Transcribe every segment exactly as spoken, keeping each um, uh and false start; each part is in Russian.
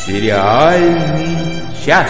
Сериальный час.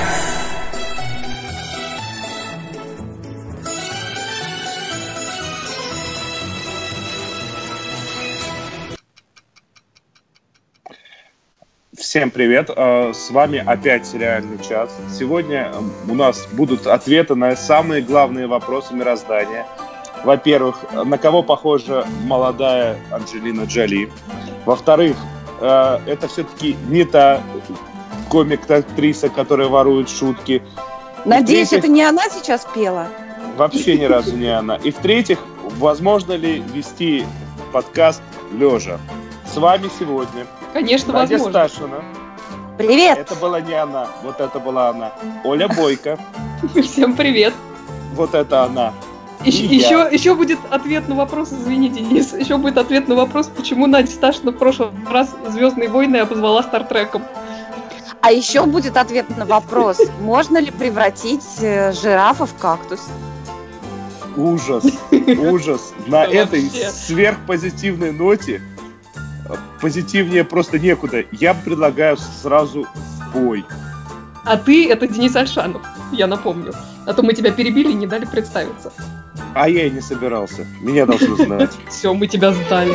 Всем привет, с вами опять «Сериальный час». Сегодня у нас будут ответы на самые главные вопросы мироздания. Во-первых, на кого похожа молодая Анджелина Джоли? Во-вторых, это все-таки не та комик-актриса, которая ворует шутки. Надеюсь, это не она сейчас пела? Вообще ни разу не она. И в-третьих, возможно ли вести подкаст лежа? С вами сегодня Конечно, Надя возможно. Сташина. Привет! Это была не она, вот это была она. Оля Бойко. Всем привет. Вот это она. Еще, еще, еще будет ответ на вопрос, извините, Денис, еще будет ответ на вопрос, почему Надя Сташина в прошлый раз «Звездные войны» обозвала Стартреком. А еще будет ответ на вопрос, можно ли превратить жирафа в кактус? Ужас, ужас. На этой сверхпозитивной ноте позитивнее просто некуда. Я предлагаю сразу в бой. А ты — это Денис Альшанов, я напомню. А то мы тебя перебили и не дали представиться. А я и не собирался. Меня должны знать. Все, мы тебя сдали.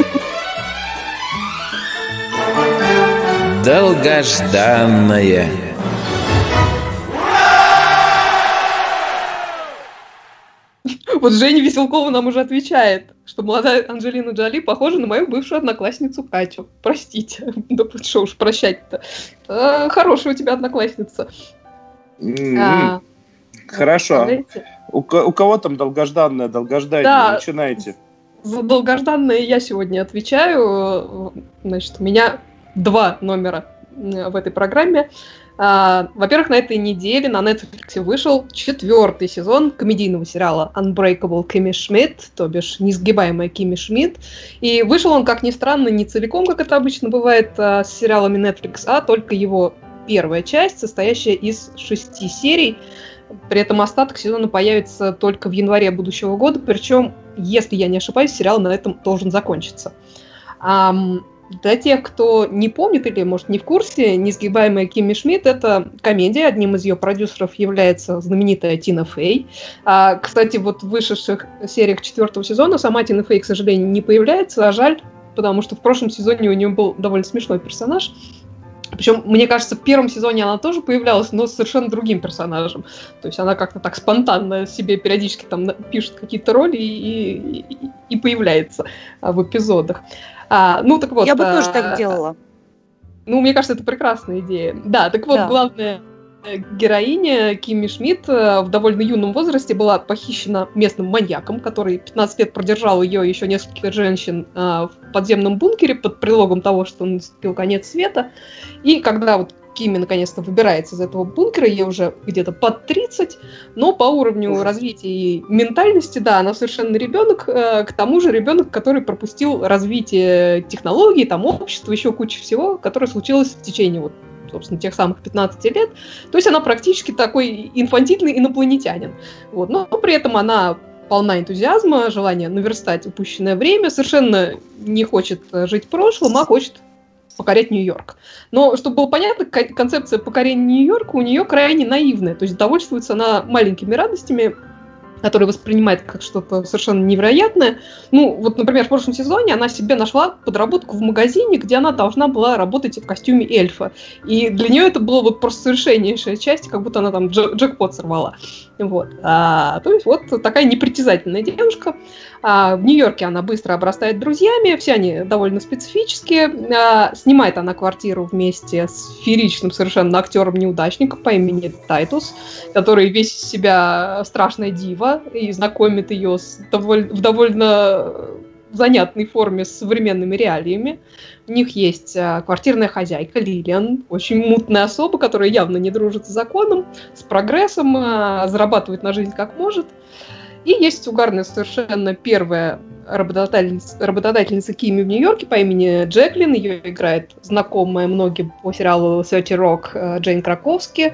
Долгожданное. Вот Женя Веселкова нам уже отвечает, что молодая Анджелина Джоли похожа на мою бывшую одноклассницу Катю. Простите, да что уж прощать-то. А, хорошая у тебя одноклассница. Mm-hmm. А, Хорошо. У, у кого там долгожданное, долгожданное? Да, начинайте. За долгожданное я сегодня отвечаю. Значит, у меня два номера в этой программе. Uh, во-первых, на этой неделе на Netflix вышел четвертый сезон комедийного сериала Unbreakable Kimmy Schmidt, то бишь «Несгибаемая Кимми Шмидт». И вышел он, как ни странно, не целиком, как это обычно бывает uh, с сериалами Netflix, а только его первая часть, состоящая из шести серий. При этом остаток сезона появится только в январе будущего года, причем, если я не ошибаюсь, сериал на этом должен закончиться. Um, Для тех, кто не помнит или, может, не в курсе, «Несгибаемая Кимми Шмидт» — это комедия. Одним из ее продюсеров является знаменитая Тина Фей. А, кстати, вот в вышедших сериях четвертого сезона сама Тина Фей, к сожалению, не появляется, а жаль, потому что в прошлом сезоне у нее был довольно смешной персонаж. Причем, мне кажется, в первом сезоне она тоже появлялась, но с совершенно другим персонажем. То есть она как-то так спонтанно себе периодически там пишет какие-то роли и, и, и появляется а, в эпизодах. А, ну, так вот, Я бы а, тоже так делала. Ну, мне кажется, это прекрасная идея. Да, так вот, да. Главная героиня Кимми Шмидт в довольно юном возрасте была похищена местным маньяком, который пятнадцать лет продержал ее и еще нескольких женщин а, в подземном бункере под предлогом того, что наступил конец света. И когда вот Кимми наконец-то выбирается из этого бункера, ей уже где-то под тридцать, но по уровню Ужас. развития и ментальности, да, она совершенно ребенок, э, к тому же ребенок, который пропустил развитие технологий, там, общества, еще куча всего, которое случилось в течение, вот, собственно, тех самых пятнадцати лет. То есть она практически такой инфантильный инопланетянин. Вот. Но при этом она полна энтузиазма, желания наверстать упущенное время, совершенно не хочет жить в прошлом, а хочет покорять Нью-Йорк. Но, чтобы было понятно, концепция покорения Нью-Йорка у нее крайне наивная. То есть довольствуется она маленькими радостями, которые воспринимает как что-то совершенно невероятное. Ну, вот, например, в прошлом сезоне она себе нашла подработку в магазине, где она должна была работать в костюме эльфа. И для нее это было вот просто совершеннейшая часть, как будто она там дж- джекпот сорвала. Вот. А, то есть вот такая непритязательная девушка. А, в Нью-Йорке она быстро обрастает друзьями, все они довольно специфические. А, снимает она квартиру вместе с фееричным совершенно актером-неудачником по имени Тайтус, который весь из себя страшная дива и знакомит ее с доволь- в довольно занятной форме с современными реалиями. У них есть а, квартирная хозяйка Лилиан, очень мутная особа, которая явно не дружит с законом, с прогрессом, а, зарабатывает на жизнь как может. И есть угарная совершенно первая работодательница, работодательница Кимми в Нью-Йорке по имени Джеклин. Ее играет знакомая многим по сериалу тридцать Rock Джейн Краковски.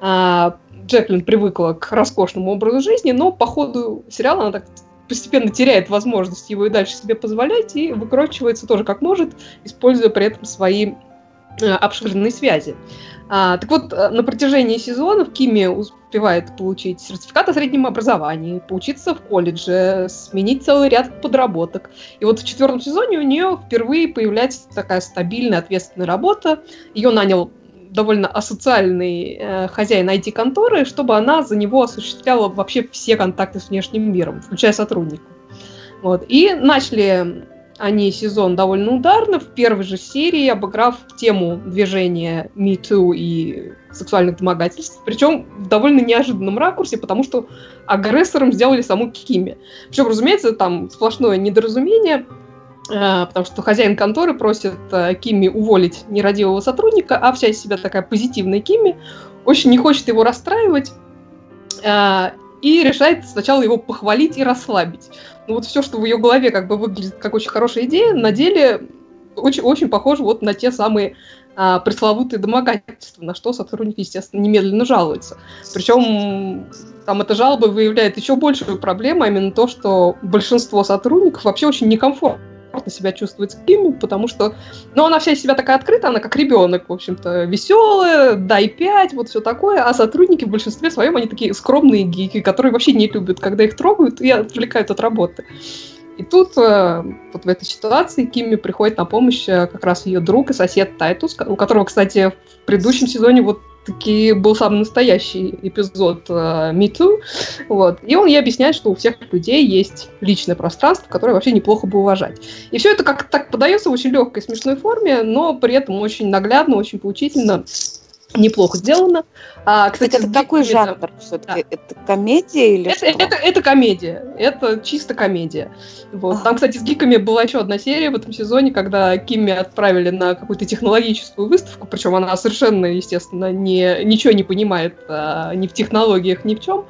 А, Джеклин привыкла к роскошному образу жизни, но по ходу сериала она так постепенно теряет возможность его и дальше себе позволять и выкручивается тоже как может, используя при этом свои обширные связи. А, так вот, на протяжении сезонов Кимми успевает получить сертификат о среднем образовании, поучиться в колледже, сменить целый ряд подработок. И вот в четвертом сезоне у нее впервые появляется такая стабильная, ответственная работа. Ее нанял довольно асоциальный э, хозяин ай ти-конторы, чтобы она за него осуществляла вообще все контакты с внешним миром, включая сотрудников. Вот. И начали они сезон довольно ударно, в первой же серии обыграв тему движения Me Too и сексуальных домогательств, причем в довольно неожиданном ракурсе, потому что агрессором сделали саму Кимми. Причем, разумеется, там сплошное недоразумение, э, потому что хозяин конторы просит э, Кимми уволить нерадивого сотрудника, а вся из себя такая позитивная Кимми очень не хочет его расстраивать, э, и решает сначала его похвалить и расслабить. Ну вот все, что в ее голове как бы выглядит как очень хорошая идея, на деле очень, очень похоже вот на те самые а, пресловутые домогательства, на что сотрудник, естественно, немедленно жалуется. Причем там эта жалоба выявляет еще большую проблему, а именно то, что большинство сотрудников вообще очень некомфортно себя чувствует с Кимми, потому что, ну, она вся из себя такая открытая, она как ребенок, в общем-то, веселая, дай пять, вот все такое, а сотрудники в большинстве своем, они такие скромные гики, которые вообще не любят, когда их трогают и отвлекают от работы. И тут, э, вот в этой ситуации, Кимми приходит на помощь э, как раз ее друг и сосед Тайтус, у которого, кстати, в предыдущем сезоне вот таки был самый настоящий эпизод э, Me Too. Вот. И он ей объясняет, что у всех людей есть личное пространство, которое вообще неплохо бы уважать. И все это как-то так подается в очень легкой, смешной форме, но при этом очень наглядно, очень поучительно, неплохо сделано. А, кстати, это какой жанр все-таки? Да. Это комедия или это, что? Это, это, это комедия. Это чисто комедия. Вот. А. Там, кстати, с гиками была еще одна серия в этом сезоне, когда Кимми отправили на какую-то технологическую выставку, причем она совершенно, естественно, не, ничего не понимает а, ни в технологиях, ни в чем.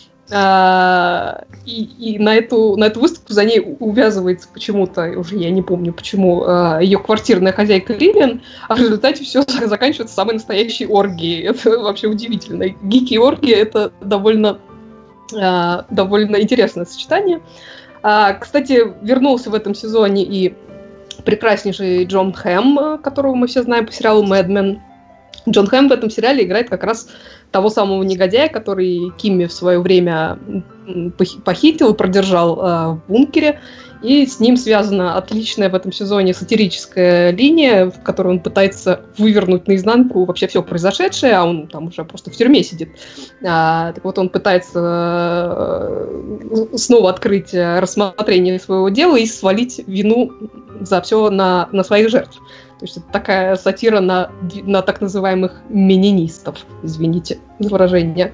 А, и и на, эту, на эту выставку за ней увязывается почему-то, уже я не помню почему, а, ее квартирная хозяйка Лилиан, а в результате все заканчивается самой настоящей оргией. Это вообще удивительно. Гики и оргии — это довольно, а, довольно интересное сочетание. А, кстати, вернулся в этом сезоне и прекраснейший Джон Хэм, которого мы все знаем по сериалу «Мэд Мен». Джон Хэм в этом сериале играет как раз того самого негодяя, который Кимми в свое время похитил и продержал э, в бункере. И с ним связана отличная в этом сезоне сатирическая линия, в которой он пытается вывернуть наизнанку вообще все произошедшее, а он там уже просто в тюрьме сидит. А, так вот, он пытается э, снова открыть рассмотрение своего дела и свалить вину за все на, на своих жертв. То есть это такая сатира на, на так называемых менинистов, извините за выражение.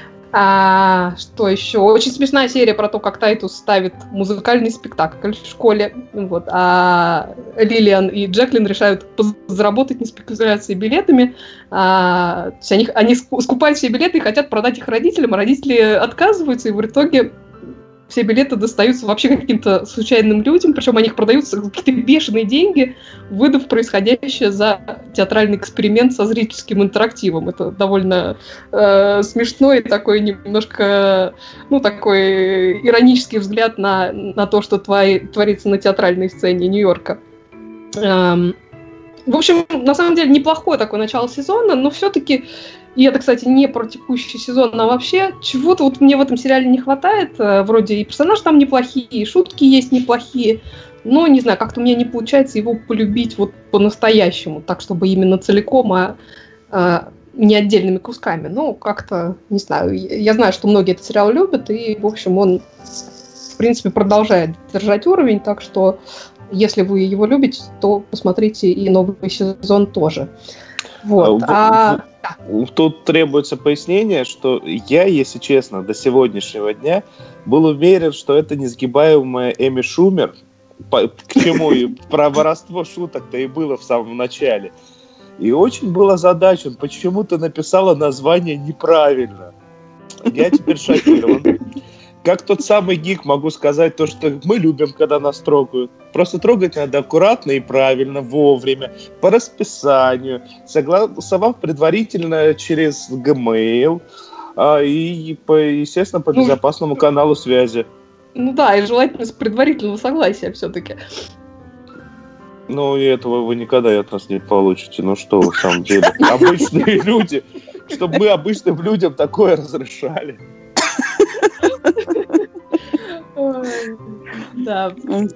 А, что еще? Очень смешная серия про то, как Тайтус ставит музыкальный спектакль в школе. Вот, а Лилиан и Джеклин решают заработать на спекуляции билетами. А, то есть они, они скупают все билеты и хотят продать их родителям, а родители отказываются, и в итоге все билеты достаются вообще каким-то случайным людям, причем они их продают за какие-то бешеные деньги, выдав происходящее за театральный эксперимент со зрительским интерактивом. Это довольно э, смешно и такой немножко, ну, такой иронический взгляд на, на то, что твори, творится на театральной сцене Нью-Йорка. Эм, в общем, на самом деле, неплохое такое начало сезона, но все-таки, и это, кстати, не про текущий сезон, а вообще чего-то вот мне в этом сериале не хватает. Вроде и персонажи там неплохие, и шутки есть неплохие, но, не знаю, как-то у меня не получается его полюбить вот по-настоящему, так, чтобы именно целиком, а, а не отдельными кусками. Ну, как-то, не знаю, я знаю, что многие этот сериал любят, и, в общем, он, в принципе, продолжает держать уровень, так что, если вы его любите, то посмотрите и новый сезон тоже. Вот. А, а... Тут требуется пояснение, что я, если честно, до сегодняшнего дня был уверен, что это несгибаемая Эми Шумер, по, к чему и про воровство шуток-то и было в самом начале. И очень был озадачен, почему ты написала название неправильно. Я теперь шокирован. Как тот самый гик могу сказать то, что мы любим, когда нас трогают. Просто трогать надо аккуратно и правильно, вовремя, по расписанию, согласовав предварительно через Gmail а, и, по, естественно, по безопасному каналу связи. Ну да, и желательно с предварительного согласия все-таки. Ну, и этого вы никогда от нас не получите. Ну что вы, в самом деле. Обычные люди. Чтобы мы обычным людям такое разрешали. Да.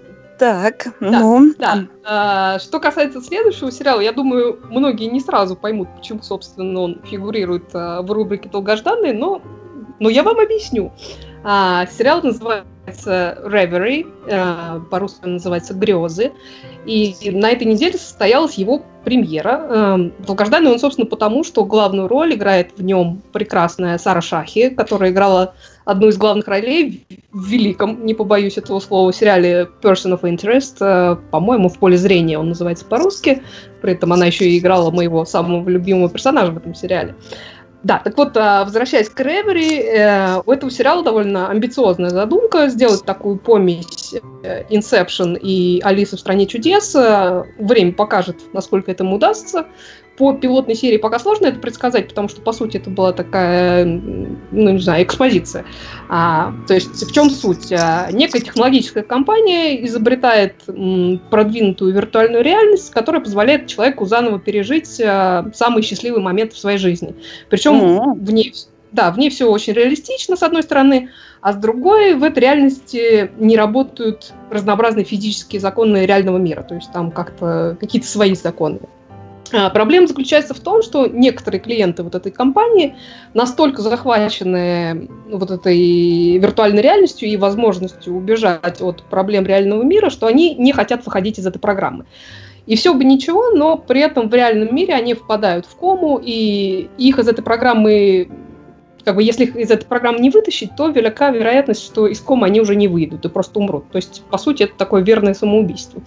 Так, да, ну... Да. А, что касается следующего сериала, я думаю, многие не сразу поймут, почему, собственно, он фигурирует а, в рубрике «Долгожданный», но, но я вам объясню. А, сериал называется «Reverie», а, по-русски он называется «Грезы», и на этой неделе состоялась его премьера. А, долгожданный он, собственно, потому, что главную роль играет в нем прекрасная Сара Шахи, которая играла одну из главных ролей в великом, не побоюсь этого слова, сериале «Person of Interest», по-моему, «В поле зрения» он называется по-русски. При этом она еще и играла моего самого любимого персонажа в этом сериале. Да, так вот, возвращаясь к «Reverie», у этого сериала довольно амбициозная задумка сделать такую помесь «Inception» и «Алисы в стране чудес». Время покажет, насколько этому удастся. По пилотной серии пока сложно это предсказать, потому что, по сути, это была такая, ну, не знаю, экспозиция. А, то есть, в чем суть? А, некая технологическая компания изобретает м, продвинутую виртуальную реальность, которая позволяет человеку заново пережить а, самые счастливые моменты в своей жизни. Причем mm-hmm. в ней, да, в ней все очень реалистично, с одной стороны, а с другой, в этой реальности не работают разнообразные физические законы реального мира. То есть, там как-то какие-то свои законы. Проблема заключается в том, что некоторые клиенты вот этой компании настолько захвачены вот этой виртуальной реальностью и возможностью убежать от проблем реального мира, что они не хотят выходить из этой программы. И все бы ничего, но при этом в реальном мире они впадают в кому, и их из этой программы, как бы если их из этой программы не вытащить, то велика вероятность, что из комы они уже не выйдут и просто умрут. То есть, по сути, это такое верное самоубийство.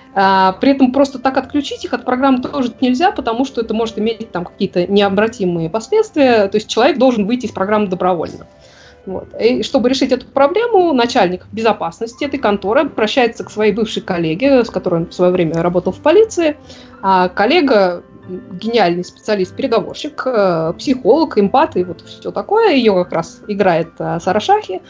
А, при этом просто так отключить их от программы тоже нельзя, потому что это может иметь там какие-то необратимые последствия. То есть человек должен выйти из программы добровольно. Вот. И чтобы решить эту проблему, начальник безопасности этой конторы обращается к своей бывшей коллеге, с которой он в свое время работал в полиции. А коллега гениальный специалист-переговорщик, психолог, эмпат и вот все такое. Ее как раз играет Сара Шахи.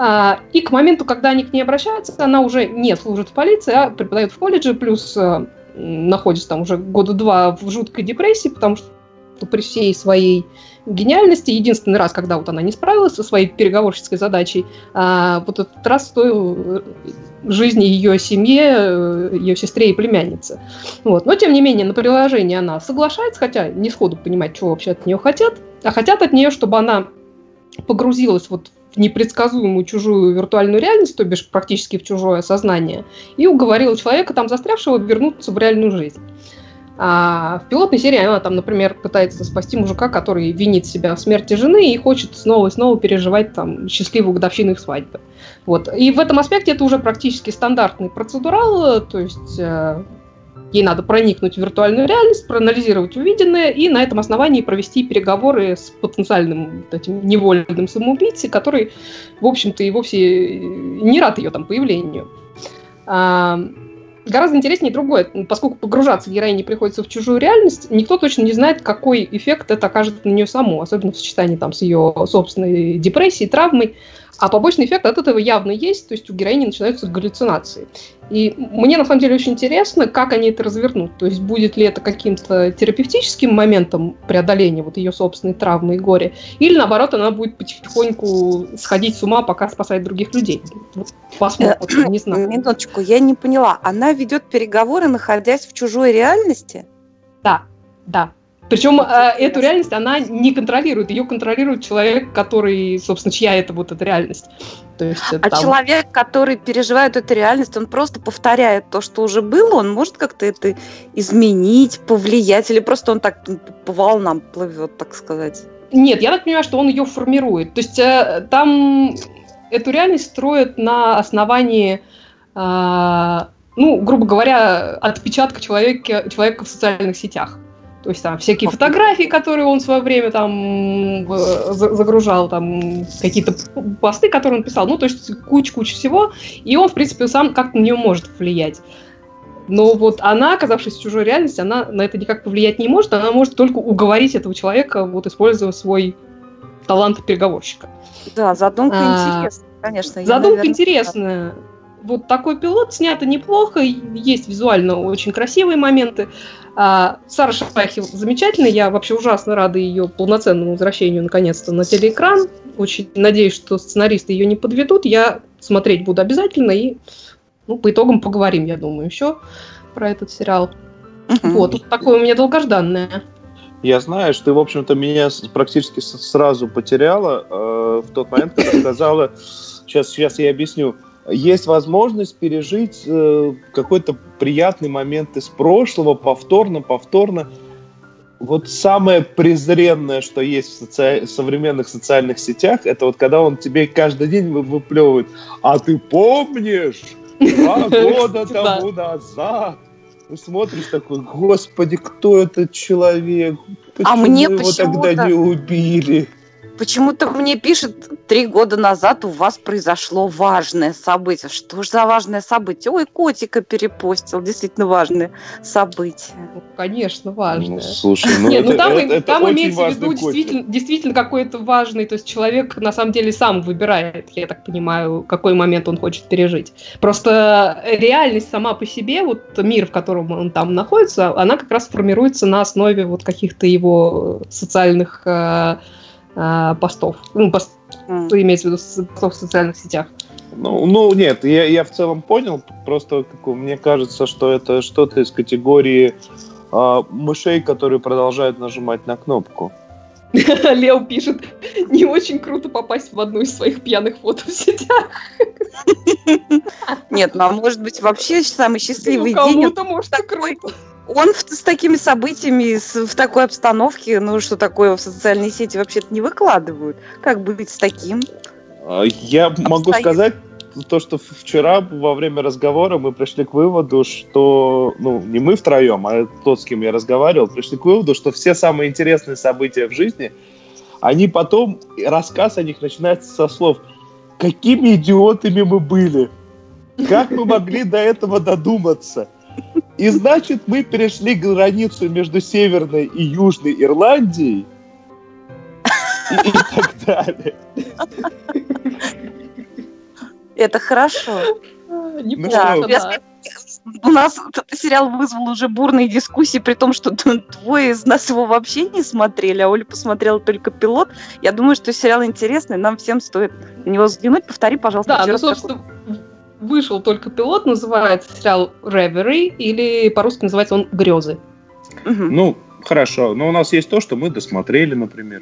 И к моменту, когда они к ней обращаются, она уже не служит в полиции, а преподает в колледже, плюс находится там уже года два в жуткой депрессии, потому что при всей своей гениальности, единственный раз, когда вот она не справилась со своей переговорщицкой задачей, вот этот раз стоил жизни ее семье, ее сестре и племяннице. Вот. Но, тем не менее, на приложение она соглашается, хотя не сходу понимать, чего вообще от нее хотят, а хотят от нее, чтобы она погрузилась вот в непредсказуемую чужую виртуальную реальность, то бишь практически в чужое сознание, и уговорила человека, там застрявшего, вернуться в реальную жизнь. А в пилотной серии она там, например, пытается спасти мужика, который винит себя в смерти жены и хочет снова и снова переживать там счастливую годовщину их свадьбы. Вот. И в этом аспекте это уже практически стандартный процедурал, то есть э, ей надо проникнуть в виртуальную реальность, проанализировать увиденное и на этом основании провести переговоры с потенциальным вот этим невольным самоубийцей, который, в общем-то, и вовсе не рад ее там появлению. А, Гораздо интереснее другое, поскольку погружаться героине приходится в чужую реальность, никто точно не знает, какой эффект это окажет на нее саму, особенно в сочетании там, с ее собственной депрессией, травмой. А побочный эффект от этого явно есть, то есть у героини начинаются галлюцинации. И мне на самом деле очень интересно, как они это развернут. То есть будет ли это каким-то терапевтическим моментом преодоления вот ее собственной травмы и горя, или наоборот она будет потихоньку сходить с ума, пока спасает других людей. Посмотрим, не знаю. Минуточку, я не поняла. Она ведет переговоры, находясь в чужой реальности? Да, да. Причем э, эту реальность она не контролирует, ее контролирует человек, который, собственно, чья это вот эта реальность. То есть, а там... человек, который переживает эту реальность, он просто повторяет то, что уже было, он может как-то это изменить, повлиять, или просто он так по волнам плывет, так сказать? Нет, я так понимаю, что он ее формирует. То есть э, там эту реальность строят на основании, э, ну, грубо говоря, отпечатка человека, человека в социальных сетях. То есть там всякие фотографии, которые он в свое время там загружал, там какие-то посты, которые он писал, ну, то есть куча-куча всего, и он, в принципе, сам как-то на нее может влиять. Но вот она, оказавшись в чужой реальности, она на это никак повлиять не может, она может только уговорить этого человека, вот, используя свой талант переговорщика. Да, задумка а, интересная, конечно. Задумка я, наверное, интересная. вот такой пилот, снято неплохо, есть визуально очень красивые моменты. А, Сара Шахил замечательная, я вообще ужасно рада ее полноценному возвращению наконец-то на телеэкран. Очень надеюсь, что сценаристы ее не подведут. Я смотреть буду обязательно и ну, по итогам поговорим, я думаю, еще про этот сериал. Uh-huh. Вот, такое у меня долгожданное. Я знаю, что ты, в общем-то, меня практически сразу потеряла э, в тот момент, когда сказала, сейчас, сейчас я объясню, есть возможность пережить э, какой-то приятный момент из прошлого, повторно, повторно. Вот самое презренное, что есть в соци... современных социальных сетях, это вот когда он тебе каждый день выплевывает, а ты помнишь, два года тому назад... Ты смотришь такой, господи, кто этот человек? Почему а мне его тогда не убили? Почему-то мне пишет, три года назад у вас произошло важное событие. Что ж за важное событие? Ой, котика перепостил. Действительно важное событие. Ну, конечно, важное. Ну, слушай, ну Нет, это, ну там, это, это там очень имеется в виду важный действительно, действительно какой-то важный, то есть человек на самом деле сам выбирает, я так понимаю, какой момент он хочет пережить. Просто реальность сама по себе, вот мир, в котором он там находится, она как раз формируется на основе вот каких-то его социальных э, э, постов. Ну, пост, mm. имеется в виду постов в социальных сетях. Ну, ну нет, я, я в целом понял, просто как, мне кажется, что это что-то из категории э, мышей, которые продолжают нажимать на кнопку. Лео пишет, не очень круто попасть в одну из своих пьяных фото в сетях. Нет, ну а может быть вообще самый счастливый ну, день. Кому-то может и круто. Он в, с такими событиями, с, в такой обстановке, ну что такое в социальные сети вообще-то не выкладывают. Как быть с таким? Я могу сказать то, что вчера во время разговора мы пришли к выводу, что, ну, не мы втроем, а тот, с кем я разговаривал, пришли к выводу, что все самые интересные события в жизни, они потом, рассказ о них начинается со слов «Какими идиотами мы были? Как мы могли до этого додуматься?» И значит, мы перешли границу между Северной и Южной Ирландией и, и так далее. Это хорошо. Неплохо, да. Да. У нас этот сериал вызвал уже бурные дискуссии, при том, что двое из нас его вообще не смотрели, а Оля посмотрела только пилот. Я думаю, что сериал интересный, нам всем стоит на него взглянуть. Повтори, пожалуйста. Да, ну, собственно, какой... вышел только пилот, называется сериал «Reverie», или по-русски называется он «Грезы». Угу. Ну, хорошо, но у нас есть то, что мы досмотрели, например.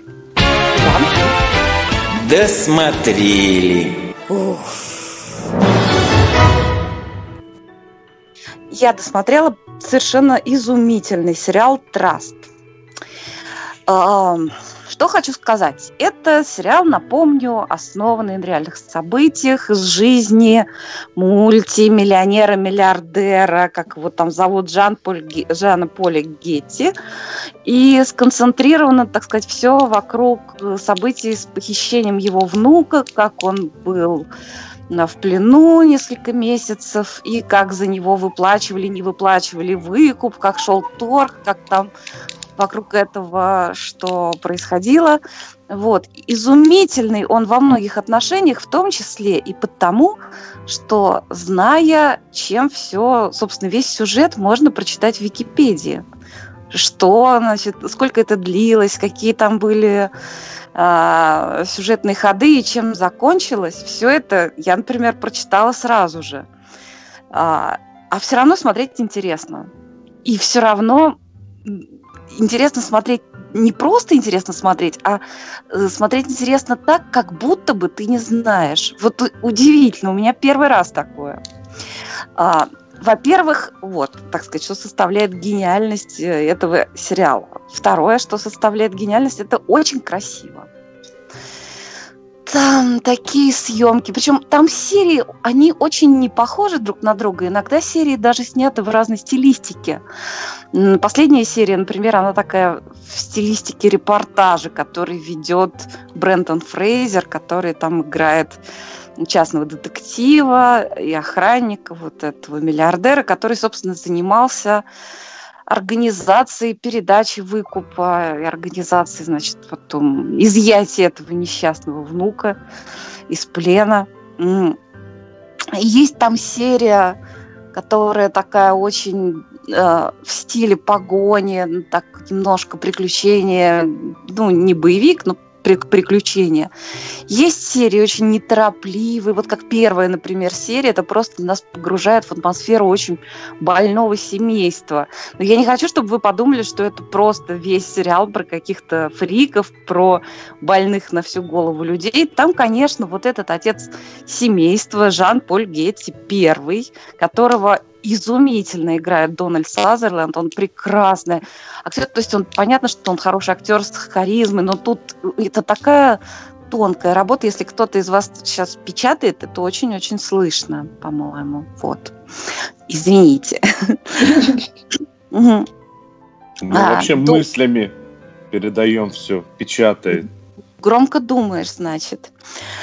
Досмотрели. Ух. Я досмотрела совершенно изумительный сериал «Траст». Что хочу сказать. Это сериал, напомню, основанный на реальных событиях из жизни мультимиллионера-миллиардера, как его там зовут, Жан-Поль, Жана Поля Гетти. И сконцентрировано, так сказать, все вокруг событий с похищением его внука, как он был в плену несколько месяцев, и как за него выплачивали, не выплачивали выкуп, как шел торг, как там вокруг этого что происходило. Вот. Изумительный он во многих отношениях, в том числе и потому, что, зная, чем все, собственно, весь сюжет можно прочитать в Википедии. Что, значит, сколько это длилось, какие там были а, сюжетные ходы и чем закончилось. Все это я, например, прочитала сразу же. А, а все равно смотреть интересно. И все равно интересно смотреть, не просто интересно смотреть, а смотреть интересно так, как будто бы ты не знаешь. Вот удивительно, у меня первый раз такое. А, во-первых, вот, так сказать, что составляет гениальность этого сериала. Второе, что составляет гениальность, это очень красиво. Там такие съемки, причем там серии, они очень не похожи друг на друга. Иногда серии даже сняты в разной стилистике. Последняя серия, например, она такая в стилистике репортажа, который ведет Брентон Фрейзер, который там играет частного детектива и охранника вот этого миллиардера, который, собственно, занимался организацией передачи выкупа и организацией, значит, потом изъятия этого несчастного внука из плена. Есть там серия, которая такая очень э, в стиле погони, так немножко приключения, ну, не боевик, но приключения. Есть серии очень неторопливые, вот как первая, например, серия, это просто нас погружает в атмосферу очень больного семейства. Но я не хочу, чтобы вы подумали, что это просто весь сериал про каких-то фриков, про больных на всю голову людей. Там, конечно, вот этот отец семейства Жан-Поль Гетти первый, которого изумительно играет Дональд Сазерленд, он прекрасный актер, то есть он, понятно, что он хороший актер с харизмой, но тут это такая тонкая работа, если кто-то из вас сейчас печатает, это очень-очень слышно, по-моему, вот. Извините. Мы вообще мыслями передаем все, печатает. Громко думаешь, значит.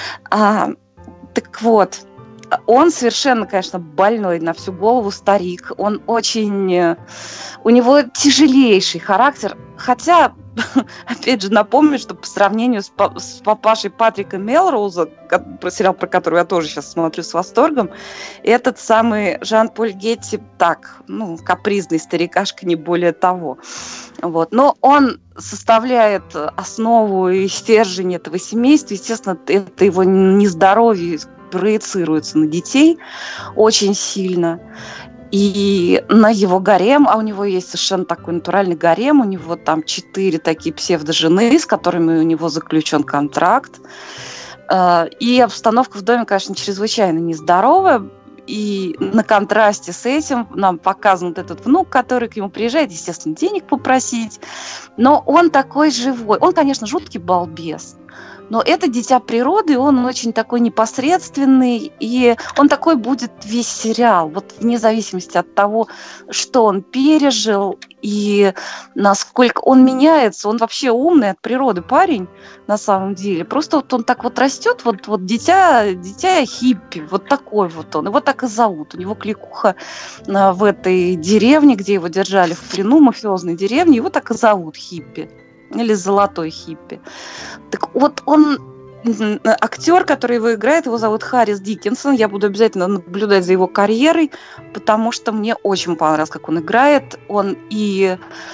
Так вот, он совершенно, конечно, больной на всю голову старик. Он очень... У него тяжелейший характер. Хотя, опять же, напомню, что по сравнению с, с папашей Патрика Мелроуза, про сериал, про который я тоже сейчас смотрю с восторгом, этот самый Жан-Поль Гетти так, ну, капризный старикашка, не более того. Вот. Но он составляет основу и стержень этого семейства. Естественно, это его нездоровье проецируется на детей очень сильно. И на его гарем, а у него есть совершенно такой натуральный гарем, у него там четыре такие псевдожены, с которыми у него заключен контракт. И обстановка в доме, конечно, чрезвычайно нездоровая. И на контрасте с этим нам показан вот этот внук, который к нему приезжает, естественно, денег попросить. Но он такой живой. Он, конечно, жуткий балбес. Но это дитя природы, он очень такой непосредственный, и он такой будет весь сериал, вот вне зависимости от того, что он пережил и насколько он меняется. Он вообще умный от природы парень на самом деле. Просто вот он так вот растет, вот, вот дитя, дитя хиппи, вот такой вот он. Его так и зовут. У него кликуха в этой деревне, где его держали в плену, мафиозной деревне, его так и зовут хиппи. Или золотой хиппи. Так вот, он актер, который его играет, его зовут Харрис Диккенсон. Я буду обязательно наблюдать за его карьерой, потому что мне очень понравилось, как он играет. Он и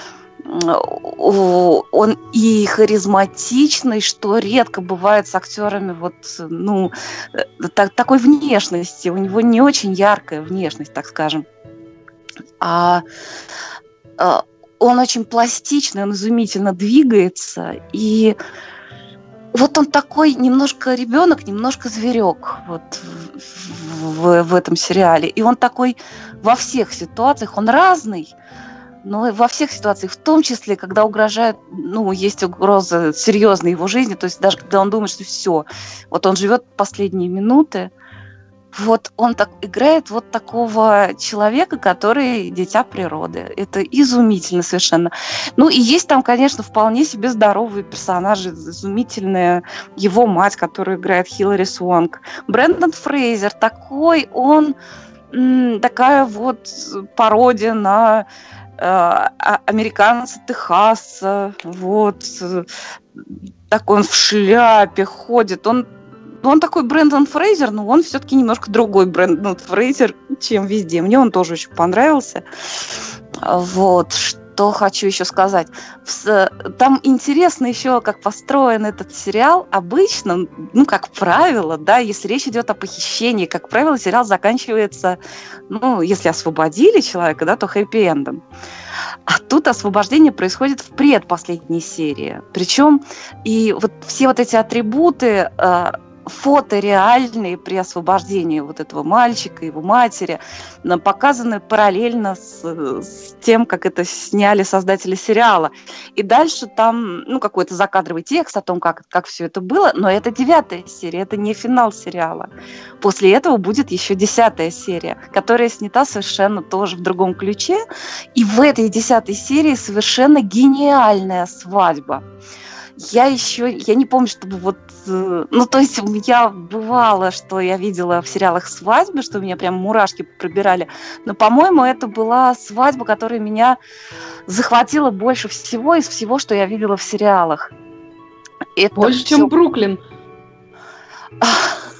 он и харизматичный, что редко бывает с актерами вот, ну, так, такой внешности. У него не очень яркая внешность, так скажем. А, а он очень пластичный, он изумительно двигается, и вот он такой немножко ребенок, немножко зверек вот в, в, в этом сериале. И он такой во всех ситуациях, он разный, но во всех ситуациях, в том числе, когда угрожает, ну, есть угроза серьезной его жизни, то есть даже когда он думает, что все, вот он живет последние минуты, вот он так играет вот такого человека, который дитя природы. Это изумительно совершенно. Ну и есть там, конечно, вполне себе здоровые персонажи. Изумительная его мать, которую играет Хилари Суонг. Брендан Фрейзер такой, он м, такая вот пародия на э, американца Техаса. Вот. Такой он в шляпе ходит. Он Он такой Брендан Фрейзер, но он все-таки немножко другой Брендан Фрейзер, чем везде. Мне он тоже очень понравился. Вот, что хочу еще сказать. Там интересно еще, как построен этот сериал. Обычно, ну, как правило, да, если речь идет о похищении, как правило, сериал заканчивается, ну, если освободили человека, да, то хэппи-эндом. А тут освобождение происходит в предпоследней серии. Причем и вот все вот эти атрибуты, фото реальные при освобождении вот этого мальчика, его матери, показаны параллельно с, с тем, как это сняли создатели сериала. И дальше там, ну, какой-то закадровый текст о том, как, как все это было, но это девятая серия, это не финал сериала. После этого будет еще десятая серия, которая снята совершенно тоже в другом ключе. И в этой десятой серии совершенно гениальная свадьба. Я еще, я не помню, чтобы вот, ну, то есть у меня бывало, что я видела в сериалах свадьбы, что у меня прям мурашки пробирали, но, по-моему, это была свадьба, которая меня захватила больше всего из всего, что я видела в сериалах. Это больше, все... чем Бруклин.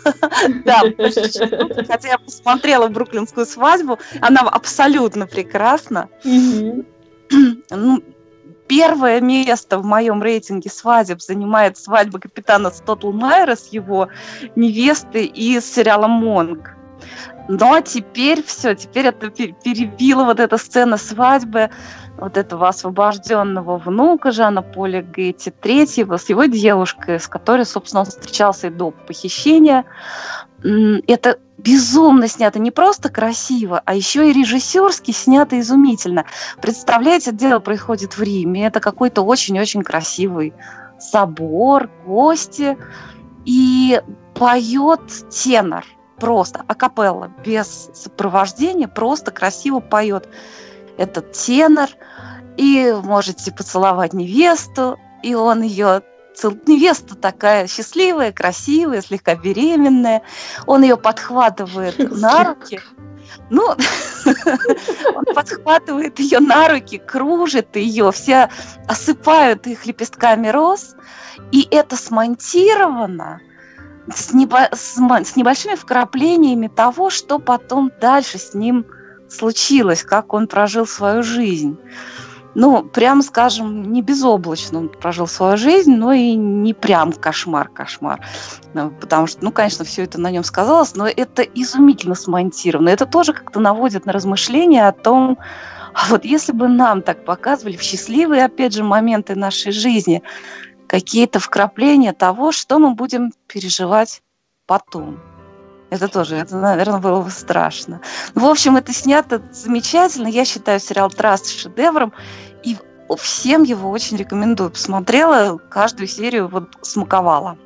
Да, хотя я посмотрела «Бруклинскую свадьбу», она абсолютно прекрасна. Ну, первое место в моем рейтинге свадеб занимает свадьба капитана Стотлмайера с его невестой из сериала «Монк». Но теперь все, теперь это перебила вот эта сцена свадьбы вот этого освобожденного внука Жана Поля Гетти третьего с его девушкой, с которой, собственно, он встречался и до похищения. Это безумно снято, не просто красиво, а еще и режиссерски снято изумительно. Представляете, дело происходит в Риме, это какой-то очень-очень красивый собор, гости, и поет тенор. Просто акапелла, без сопровождения, просто красиво поет этот тенор. И можете поцеловать невесту, и он ее целует. Невеста такая счастливая, красивая, слегка беременная. Он ее подхватывает на руки. Ну, он подхватывает ее на руки, кружит ее, все осыпают их лепестками роз. И это смонтировано С, небо, с, с небольшими вкраплениями того, что потом дальше с ним случилось, как он прожил свою жизнь. Ну, прямо скажем, не безоблачно он прожил свою жизнь, но и не прям кошмар-кошмар. Потому что, ну, конечно, все это на нем сказалось, но это изумительно смонтировано. Это тоже как-то наводит на размышления о том, вот если бы нам так показывали в счастливые, опять же, моменты нашей жизни, какие-то вкрапления того, что мы будем переживать потом. Это тоже, это, наверное, было бы страшно. В общем, это снято замечательно. Я считаю сериал «Траст» шедевром, и всем его очень рекомендую. Посмотрела, каждую серию вот смаковала.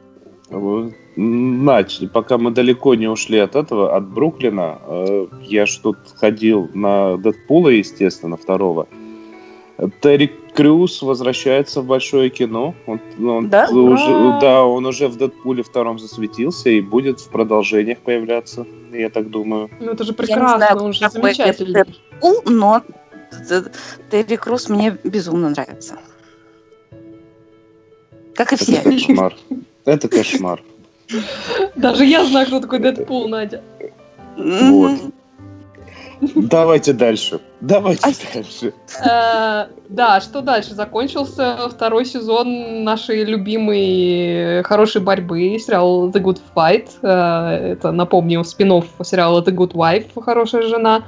Нач, пока мы далеко не ушли от этого, от Бруклина, я ж тут ходил на Дэдпула, естественно, второго. Терри Крюс возвращается в большое кино. Он, он, да? Уже, да, он уже в Дэдпуле втором засветился и будет в продолжениях появляться, я так думаю. Ну это же прекрасно, знаю, он же замечательный. Дэдпул, но Терри Крюс мне безумно нравится. Как и это все. Кошмар. Это кошмар. Даже я знаю, кто такой Дэдпул, Надя. Вот. Давайте дальше. Давайте а... дальше. Э, да, что дальше? Закончился второй сезон нашей любимой хорошей борьбы, сериал The Good Fight. Э, это, напомню, спин-офф сериала The Good Wife, хорошая жена.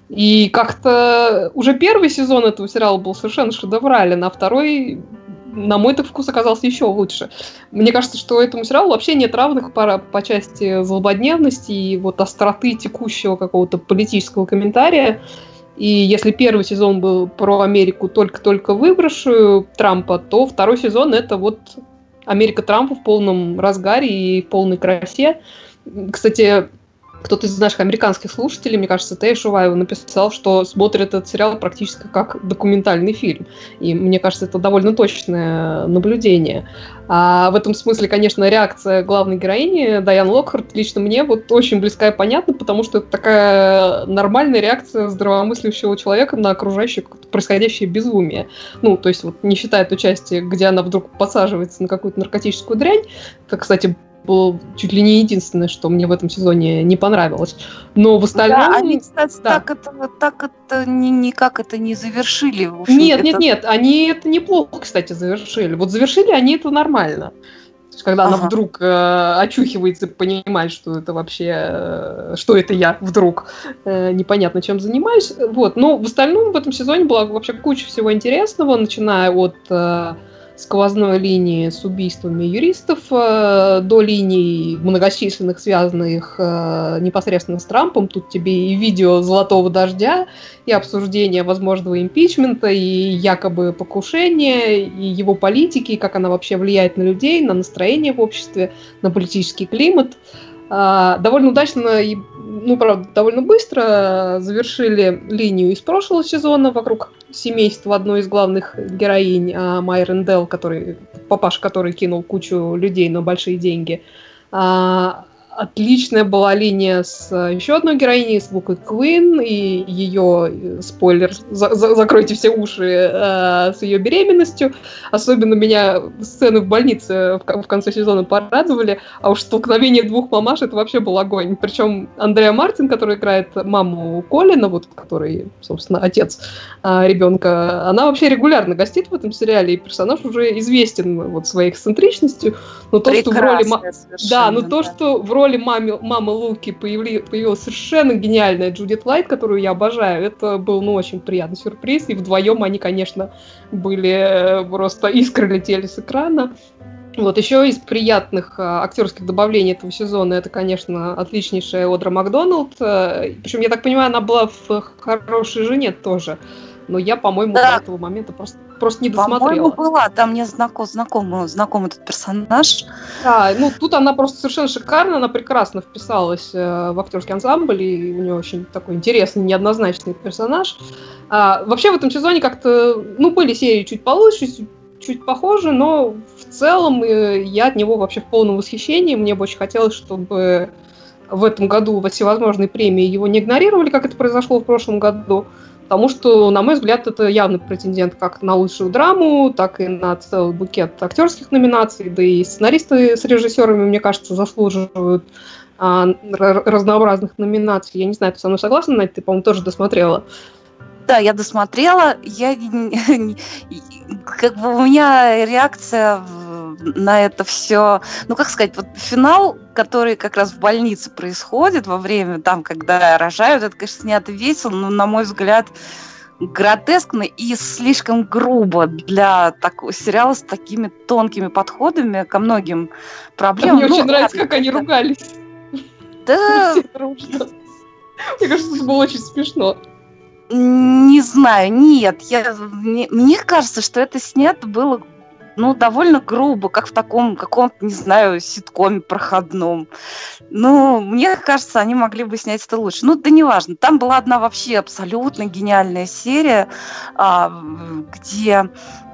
И как-то уже первый сезон этого сериала был совершенно шедеврален, а второй, на мой так вкус, оказался еще лучше. Мне кажется, что этому сериалу вообще нет равных по, по части злободневности и вот остроты текущего какого-то политического комментария. И если первый сезон был про Америку только-только выбравшую Трампа, то второй сезон — это вот Америка Трампа в полном разгаре и в полной красе. Кстати, кто-то из наших американских слушателей, мне кажется, Тея Шуваева, написал, что смотрит этот сериал практически как документальный фильм. И мне кажется, это довольно точное наблюдение. А в этом смысле, конечно, реакция главной героини Дайан Локхарт лично мне вот очень близка и понятна, потому что это такая нормальная реакция здравомыслящего человека на окружающее происходящее безумие. Ну, то есть, вот не считая той части, где она вдруг подсаживается на какую-то наркотическую дрянь, это, кстати, было чуть ли не единственное, что мне в этом сезоне не понравилось. Но в остальном... Да, они, кстати, да. так это, так это ни, никак это не завершили. В общем, нет, это... нет, нет, они это неплохо, кстати, завершили. Вот завершили они это нормально. То есть, когда ага. она вдруг э, очухивается и понимает, что это вообще... Э, что это я вдруг э, непонятно чем занимаюсь. Вот. Но в остальном в этом сезоне была вообще куча всего интересного, начиная от... Э, сквозной линии с убийствами юристов э, до линий многочисленных, связанных э, непосредственно с Трампом. Тут тебе и видео «Золотого дождя», и обсуждение возможного импичмента, и якобы покушения, и его политики, и как она вообще влияет на людей, на настроение в обществе, на политический климат. Э, довольно удачно и, ну, правда, довольно быстро завершили линию из прошлого сезона вокруг семейства одной из главных героинь, Майи Рэндалл, который, папаша, который кинул кучу людей на большие деньги. А, Отличная была линия с еще одной героиней, с Лукой Квин, и ее, спойлер, за, за, закройте все уши, э, с ее беременностью. Особенно меня сцены в больнице в, в конце сезона порадовали, а уж столкновение двух мамаш — это вообще был огонь. Причем Андреа Мартин, который играет маму Колина, вот, который, собственно, отец э, ребенка, она вообще регулярно гостит в этом сериале, и персонаж уже известен вот своей эксцентричностью. Но то, что в роли... Да, но то, да. что в роли мамы, мамы Луки появли, появилась совершенно гениальная Джудит Лайт, которую я обожаю. Это был, ну, очень приятный сюрприз. И вдвоем они, конечно, были просто искры летели с экрана. Вот еще из приятных а, актерских добавлений этого сезона это, конечно, отличнейшая Одра Макдоналд. Причем, я так понимаю, она была в «Хорошей жене» тоже. Но я, по-моему, да. до этого момента просто, просто не досмотрела. По-моему, была. Там мне знаком, знаком, знаком этот персонаж. Да, ну тут она просто совершенно шикарна, она прекрасно вписалась э, в актерский ансамбль, и у нее очень такой интересный, неоднозначный персонаж. А, вообще в этом сезоне как-то, ну, были серии чуть получше, чуть, чуть похожи, но в целом э, я от него вообще в полном восхищении. Мне бы очень хотелось, чтобы в этом году во всевозможные премии его не игнорировали, как это произошло в прошлом году. Потому что, на мой взгляд, это явный претендент как на лучшую драму, так и на целый букет актерских номинаций. Да и сценаристы с режиссерами, мне кажется, заслуживают а, разнообразных номинаций. Я не знаю, ты со мной согласна, Надь? Ты, по-моему, тоже досмотрела. Да, я досмотрела. Я как бы у меня реакция на это все, ну как сказать, вот финал, который как раз в больнице происходит во время, там, когда рожают, это, конечно, снято весело, но, на мой взгляд, гротескно и слишком грубо для такого сериала с такими тонкими подходами ко многим проблемам. Мне ну, очень нравится, ладно, как они ругались. Да. Мне кажется, это было очень смешно. Не знаю, нет. Я, мне, мне кажется, что это снято было, ну, довольно грубо, как в таком каком-то, не знаю, ситкоме проходном. Ну, мне кажется, они могли бы снять это лучше. Ну, да неважно. Там была одна вообще абсолютно гениальная серия, где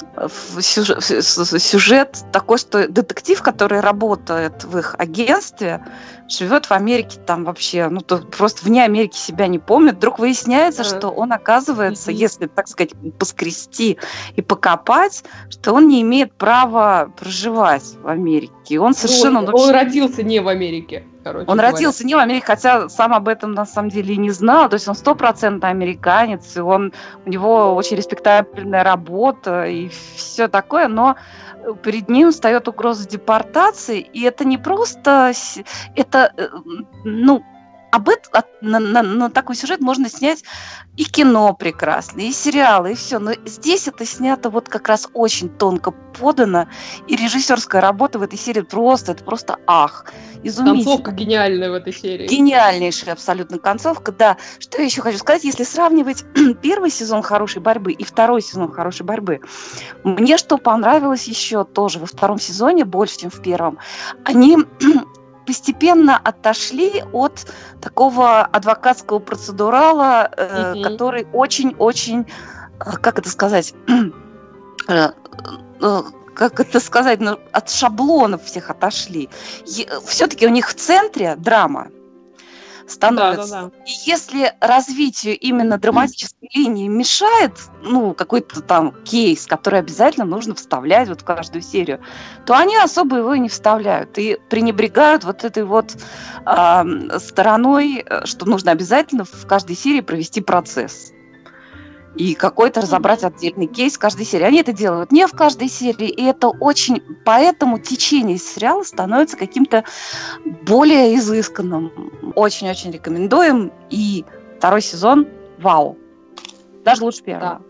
сюжет такой, что детектив, который работает в их агентстве, живет в Америке, там вообще, ну, то просто вне Америки себя не помнит. Вдруг выясняется, что он, оказывается, если, так сказать, поскрести и покопать, что он не имеет права проживать в Америке. Он совершенно... Он, он родился не в Америке. Короче он говоря. родился не в Америке, хотя сам об этом на самом деле и не знал. То есть он стопроцентно американец, и он, у него очень респектабельная работа и все такое, но перед ним встает угроза депортации, и это не просто... Это, ну, об этом, на, на, на такой сюжет можно снять и кино прекрасное, и сериалы, и все. Но здесь это снято вот как раз очень тонко подано, и режиссерская работа в этой серии просто, это просто ах, изумительно. Концовка гениальная в этой серии. Гениальнейшая абсолютно концовка, да. Что я еще хочу сказать, если сравнивать первый сезон «Хорошей борьбы» и второй сезон «Хорошей борьбы», мне что понравилось еще тоже во втором сезоне, больше, чем в первом, они... постепенно отошли от такого адвокатского процедурала, э, mm-hmm. который очень-очень, как это сказать, э, э, как это сказать, ну, от шаблонов всех отошли. Е- все-таки у них в центре драма становится. Да, да, да. И если развитию именно драматической линии мешает, ну, какой-то там кейс, который обязательно нужно вставлять вот в каждую серию, то они особо его и не вставляют. И пренебрегают вот этой вот э, стороной, что нужно обязательно в каждой серии провести процесс. И какой-то разобрать отдельный кейс в каждой серии. Они это делают не в каждой серии, и это очень... Поэтому течение сериала становится каким-то более изысканным. Очень-очень рекомендуем. И второй сезон — вау. Даже лучше первого.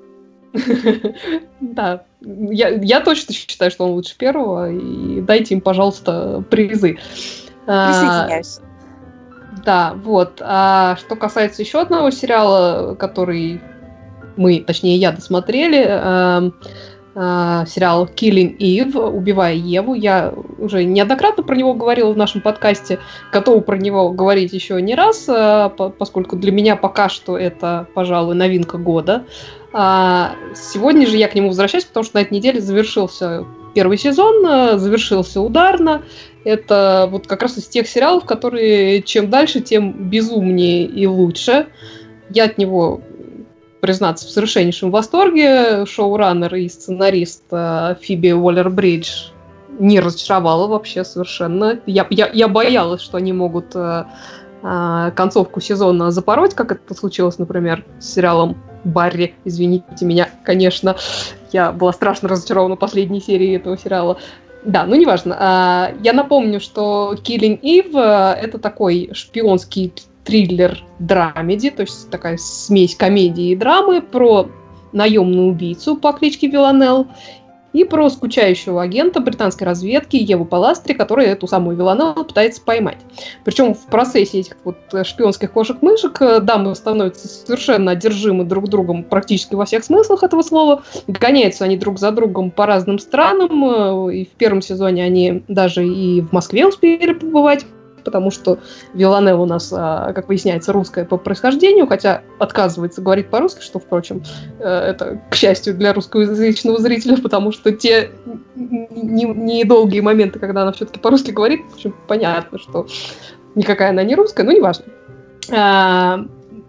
Да. Я, я точно считаю, что он лучше первого. И дайте им, пожалуйста, призы. Присоединяюсь. Да, вот. А что касается еще одного сериала, который... мы, точнее, я досмотрели, э, э, сериал Killing Eve, «Убивая Еву». Я уже неоднократно про него говорила в нашем подкасте, готова про него говорить еще не раз, э, по- поскольку для меня пока что это, пожалуй, новинка года. А сегодня же я к нему возвращаюсь, потому что на этой неделе завершился первый сезон, завершился ударно. Это вот как раз из тех сериалов, которые чем дальше, тем безумнее и лучше. Я от него, признаться, в совершеннейшем восторге. Шоураннер и сценарист Фиби Уоллер-Бридж не разочаровала вообще совершенно. Я, я, я боялась, что они могут э, э, концовку сезона запороть, как это случилось, например, с сериалом «Барри». Извините меня, конечно. Я была страшно разочарована последней серии этого сериала. Да, ну неважно. Э, я напомню, что «Killing Eve» — это такой шпионский триллер-драмеди, то есть такая смесь комедии и драмы про наемную убийцу по кличке Виланелл и про скучающего агента британской разведки Еву Поластри, которая эту самую Виланеллу пытается поймать. Причем в процессе этих вот шпионских кошек-мышек дамы становятся совершенно одержимы друг другом практически во всех смыслах этого слова. Гоняются они друг за другом по разным странам. И в первом сезоне они даже и в Москве успели побывать, потому что Виланелла у нас, как выясняется, русская по происхождению, хотя отказывается говорить по-русски, что, впрочем, это, к счастью, для русскоязычного зрителя, потому что те недолгие моменты, когда она все-таки по-русски говорит, в общем, понятно, что никакая она не русская, но неважно. Да,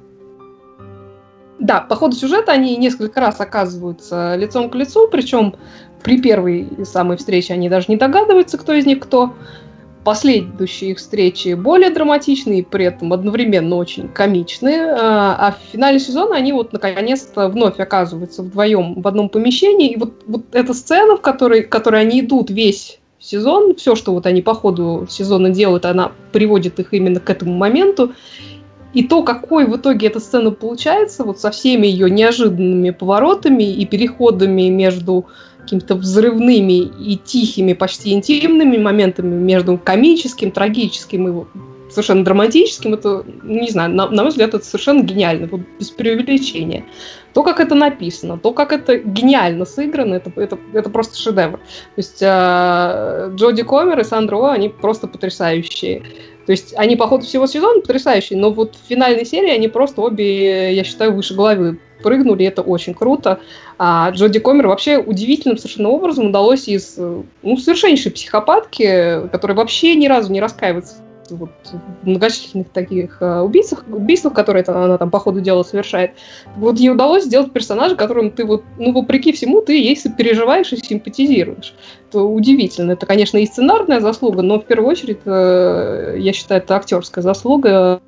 по ходу сюжета они несколько раз оказываются лицом к лицу, причем при первой самой встрече они даже не догадываются, кто из них кто. Последующие их встречи более драматичные и при этом одновременно очень комичные. А в финале сезона они вот наконец-то вновь оказываются вдвоем в одном помещении. И вот, вот эта сцена, в которой, в которой они идут весь сезон, все, что вот они по ходу сезона делают, она приводит их именно к этому моменту. И то, какой в итоге эта сцена получается, вот со всеми ее неожиданными поворотами и переходами между какими-то взрывными и тихими, почти интимными моментами, между комическим, трагическим и совершенно драматическим, это, не знаю, на, на мой взгляд, это совершенно гениально, вот без преувеличения. То, как это написано, то, как это гениально сыграно, это, это, это просто шедевр. То есть э, Джоди Комер и Сандра О, они просто потрясающие. То есть они по ходу всего сезона потрясающие, но вот в финальной серии они просто обе, я считаю, выше головы прыгнули, это очень круто. А Джоди Комер вообще удивительным совершенно образом удалось из ну, совершеннейшей психопатки, которая вообще ни разу не раскаивается вот, в многочисленных таких uh, убийцах, убийствах, которые это, она там по ходу дела совершает. Вот ей удалось сделать персонажа, которым ты вот, ну, вопреки всему, ты ей сопереживаешь и симпатизируешь. Это удивительно. Это, конечно, и сценарная заслуга, но в первую очередь, uh, я считаю, это актерская заслуга.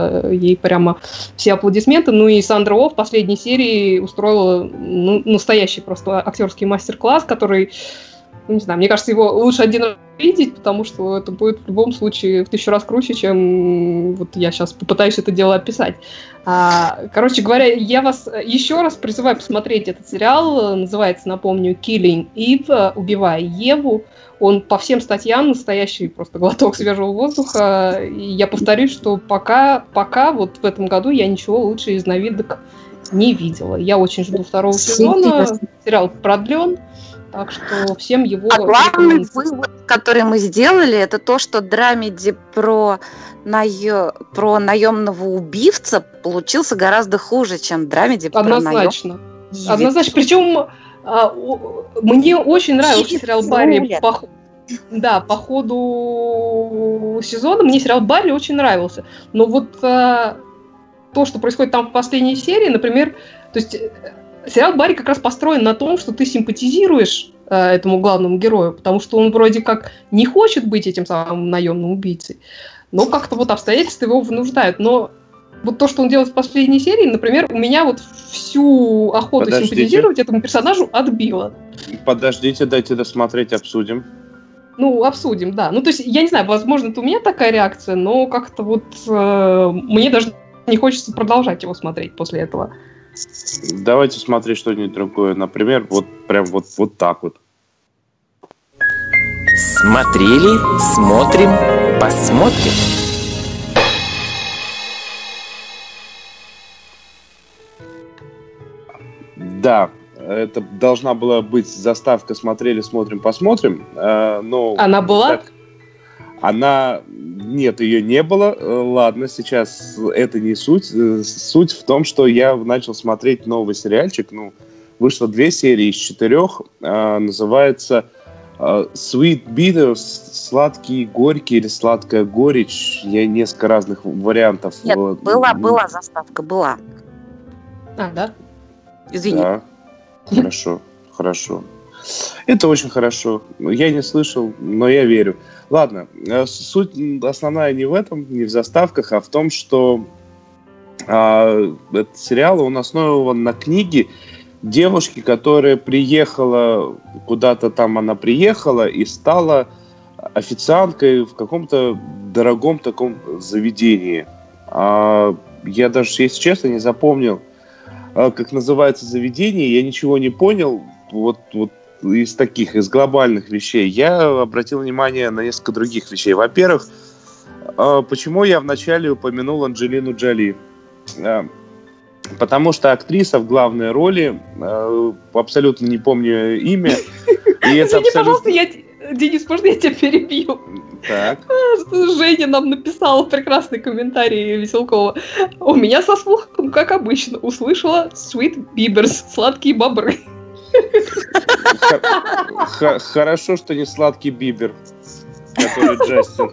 Ей прямо все аплодисменты. Ну и Сандра О в последней серии устроила ну, настоящий просто актерский мастер-класс, который, ну, не знаю, мне кажется, его лучше один раз видеть, потому что это будет в любом случае в тысячу раз круче, чем вот я сейчас попытаюсь это дело описать. А, короче говоря, я вас еще раз призываю посмотреть этот сериал. Называется, напомню, «Killing Eve», «Убивая Еву». Он по всем статьям настоящий просто глоток свежего воздуха. И я повторюсь, что пока, пока вот в этом году я ничего лучше из новинок не видела. Я очень жду второго сезона. Сериал продлен. Так что всем его... А главный вывод, который мы сделали, это то, что драмеди про, наё... про наемного убивца получился гораздо хуже, чем драмеди про наемного. Однозначно. Однозначно. Причем а, о, мне очень нравился и сериал «Барри». По... Да, по ходу сезона мне сериал «Барри» очень нравился. Но вот а, то, что происходит там в последней серии, например, то есть... Сериал «Барри» как раз построен на том, что ты симпатизируешь э, этому главному герою, потому что он вроде как не хочет быть этим самым наемным убийцей, но как-то вот обстоятельства его вынуждают. Но вот то, что он делает в последней серии, например, у меня вот всю охоту Подождите. симпатизировать этому персонажу отбило. Подождите, дайте досмотреть, обсудим. Ну, обсудим, да. Ну, то есть, я не знаю, возможно, это у меня такая реакция, но как-то вот э, мне даже не хочется продолжать его смотреть после этого. Давайте смотреть что-нибудь другое. Например, вот прям вот, вот так вот. Смотрели, смотрим, посмотрим. Да, это должна была быть заставка «Смотрели, смотрим, посмотрим». Но она была? Так, она... Нет, ее не было. Ладно, сейчас это не суть. Суть в том, что я начал смотреть новый сериальчик. Ну, вышло две серии из четырех. Называется Sweet bitter, сладкий, горький или сладкая горечь. Я несколько разных вариантов. Нет, была, была заставка, была. А, да? Извини. Да. Хорошо, хорошо. Это очень хорошо. Я не слышал, но я верю. Ладно, суть основная не в этом, не в заставках, а в том, что а, этот сериал, он основан на книге девушки, которая приехала, куда-то там она приехала и стала официанткой в каком-то дорогом таком заведении. А, я даже, если честно, не запомнил, как называется заведение, я ничего не понял. Вот, вот из таких, из глобальных вещей. Я обратил внимание на несколько других вещей. Во-первых, почему я вначале упомянул Анджелину Джоли? Потому что актриса в главной роли, абсолютно не помню имя. И это Извини, абсолютно... пожалуйста, я... Денис, можно я тебя перебью? Так. Женя нам написала прекрасный комментарий Веселкова. У меня со слухом, как обычно, услышала Sweet Bibbers, сладкие бобры. Хорошо, что не сладкий Бибер, который Джастин.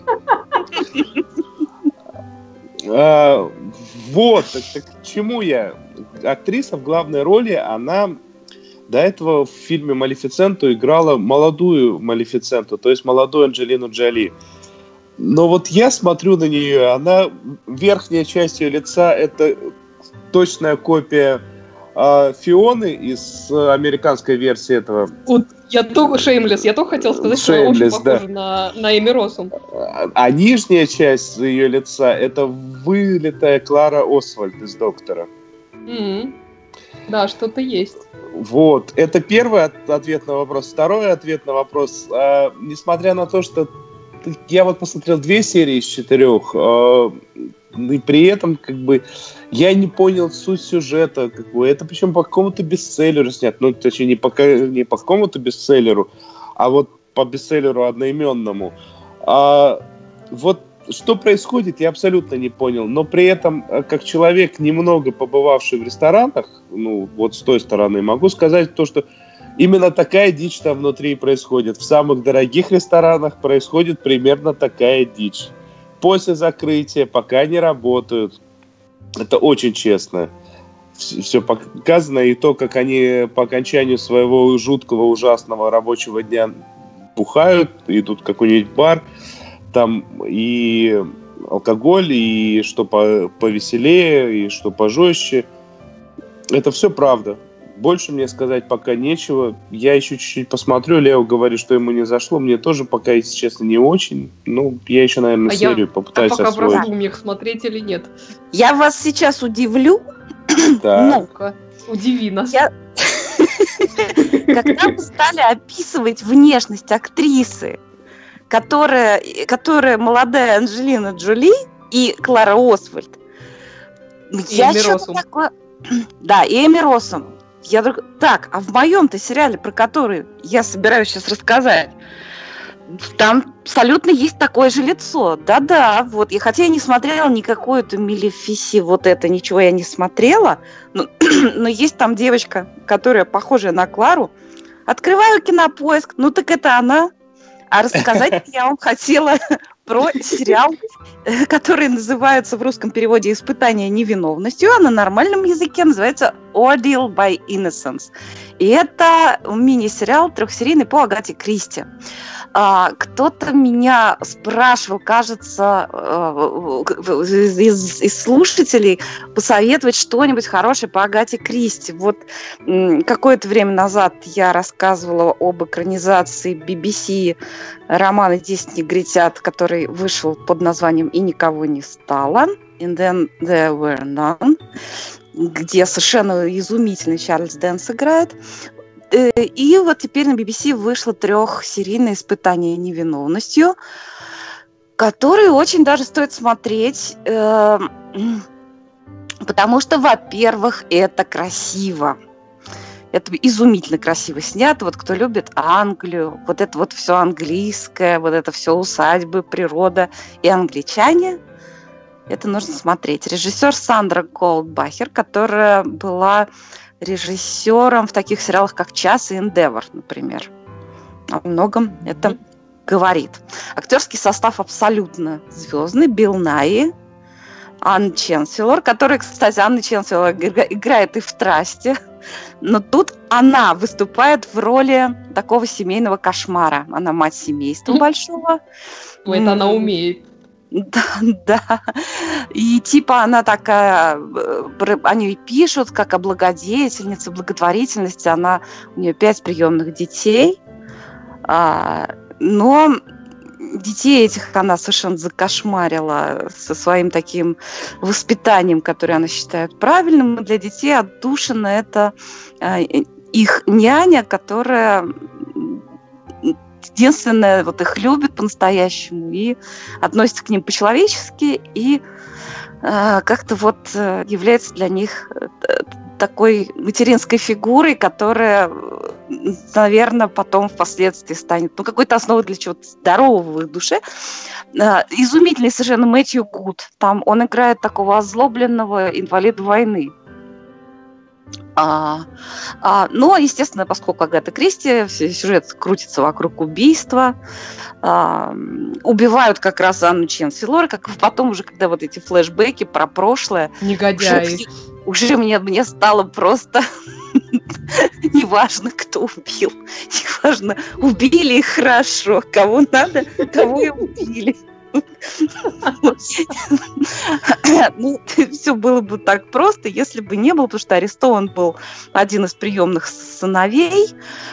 А, вот, так, так к чему я? Актриса в главной роли, она до этого в фильме «Малефисенту» играла молодую Малефисенту, то есть молодую Анджелину Джоли. Но вот я смотрю на нее, она, верхняя часть ее лица — это точная копия э, Фионы из э, американской версии этого. Вот я только Шеймлес, я только хотела сказать, что она очень похожа да. на, на Эми Россум. А, а нижняя часть ее лица — это вылитая Клара Освальд из «Доктора». Mm-hmm. Да, что-то есть. Вот, это первый ответ на вопрос. Второй ответ на вопрос. Э, несмотря на то, что я вот посмотрел две серии из четырех, э, и при этом как бы я не понял суть сюжета. Как бы, это причем по какому-то бестселлеру снят. Ну, точнее, не по, не по какому-то бестселлеру, а вот по бестселлеру одноименному. А, вот что происходит, я абсолютно не понял. Но при этом, как человек, немного побывавший в ресторанах, ну, вот с той стороны, могу сказать то, что именно такая дичь там внутри происходит. В самых дорогих ресторанах происходит примерно такая дичь. После закрытия, пока не работают. Это очень честно. Все показано. И то, как они по окончанию своего жуткого, ужасного рабочего дня бухают, идут в какой-нибудь бар, там и алкоголь, и что повеселее, и что пожестче. Это все правда. Больше мне сказать пока нечего. Я еще чуть-чуть посмотрю. Лео говорит, что ему не зашло. Мне тоже пока, если честно, не очень. Ну, я еще, наверное, а серию я... попытаюсь а пока освоить. в раздумьях смотреть или нет. Я вас сейчас удивлю. Ну-ка, удиви нас. Я... Когда вы стали описывать внешность актрисы, которая, которая молодая Анджелина Джоли и Клара Освальд, я что-то такое... Да, и Эми Россум. Я друг... Так, а в моем-то сериале, про который я собираюсь сейчас рассказать, там абсолютно есть такое же лицо. Да-да, вот. И хотя я не смотрела никакую эту Малефиси, вот это, ничего я не смотрела, но, но есть там девочка, которая похожая на Клару. Открываю Кинопоиск, ну так это она. А рассказать я вам хотела про сериал, который называется в русском переводе «Испытание невиновностью», а на нормальном языке называется «Ordeal by Innocence». И это мини-сериал трехсерийный по Агате Кристи. Кто-то меня спрашивал, кажется, из, из слушателей посоветовать что-нибудь хорошее по Агате Кристи. Вот какое-то время назад я рассказывала об экранизации би би си романа «Десять негритят», который вышел под названием «И никого не стало», «And then there were none», где совершенно изумительный Чарльз Дэнс играет. И вот теперь на би би си вышло трехсерийное «Испытание невиновностью», которое очень даже стоит смотреть, потому что, во-первых, это красиво. Это изумительно красиво снято. Вот кто любит Англию, вот это вот все английское, вот это все усадьбы, природа и англичане, это нужно смотреть. Режиссер Сандра Голдбахер, которая была режиссером в таких сериалах, как «Час» и «Эндевор», например. о многом это говорит. Актерский состав абсолютно звездный. Билл Найи, Анна Ченселор, которая, кстати, Анна Ченселор играет и в «Трасте», но тут она выступает в роли такого семейного кошмара. Она мать семейства большого. Это она умеет. Да, да. И типа она такая, они пишут, как о благодетельнице, благотворительности. Она, у нее пять приемных детей, но детей этих она совершенно закошмарила со своим таким воспитанием, которое она считает правильным. Для детей отдушина это их няня, которая единственное, вот их любит по-настоящему и относится к ним по-человечески, и э, как-то вот э, является для них э, такой материнской фигурой, которая, наверное, потом впоследствии станет ну, какой-то основой для чего-то здорового в их душе. Э, изумительный совершенно Мэтью Гуд. Там он играет такого озлобленного инвалида войны. А, а, но, естественно, поскольку Агата Кристи, сюжет крутится вокруг убийства, а, убивают как раз Анну Ченселор, как потом уже, когда вот эти флешбеки про прошлое, негодяи. Уже, уже мне, мне стало просто неважно, кто убил, неважно, убили их хорошо, кого надо, того и убили. Ну, все было бы так просто, если бы не было, потому что арестован был один из приемных сыновей,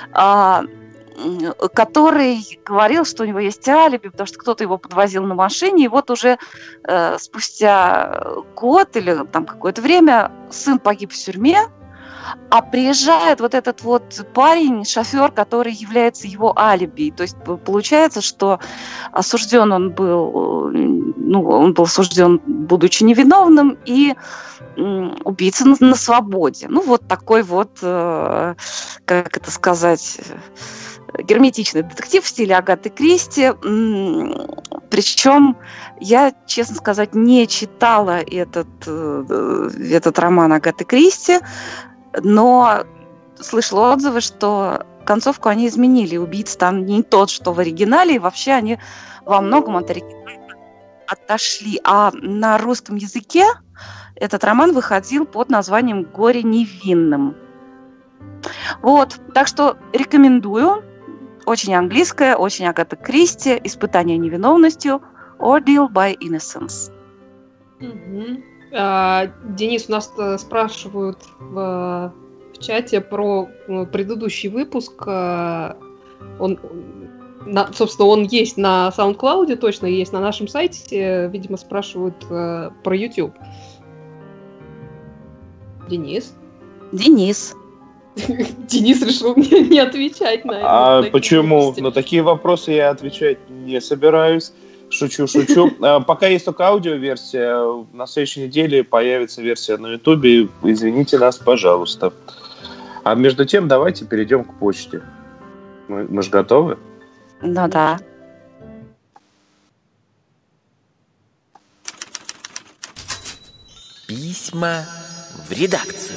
который говорил, что у него есть алиби, потому что кто-то его подвозил на машине, и вот уже э, спустя год или там какое-то время сын погиб в тюрьме, а приезжает вот этот вот парень, шофер, который является его алиби. То есть получается, что осужден он был, ну, он был осужден, будучи невиновным, и убийца на, на свободе. Ну, вот такой вот, э, как это сказать, герметичный детектив в стиле Агаты Кристи. Причем я, честно сказать, не читала этот, этот роман Агаты Кристи, но слышала отзывы, что концовку они изменили. Убийца там не тот, что в оригинале, и вообще они во многом от оригинала отошли. А на русском языке этот роман выходил под названием «Горе невинным». Вот, так что рекомендую. Очень английская, очень Агата Кристи, «Испытание невиновностью», «Ordeal by Innocence». Угу. А, Денис, у нас спрашивают в, в чате про предыдущий выпуск. Он, на, собственно, он есть на SoundCloud, точно есть на нашем сайте. Видимо, спрашивают про YouTube. Денис? Денис. Денис решил мне не отвечать на это. А почему? На такие вопросы я отвечать не собираюсь. Шучу, шучу. Пока есть только аудиоверсия, на следующей неделе появится версия на Ютубе. Извините нас, пожалуйста. А между тем, давайте перейдем к почте. Мы, мы же готовы? Ну да. Письма в редакцию.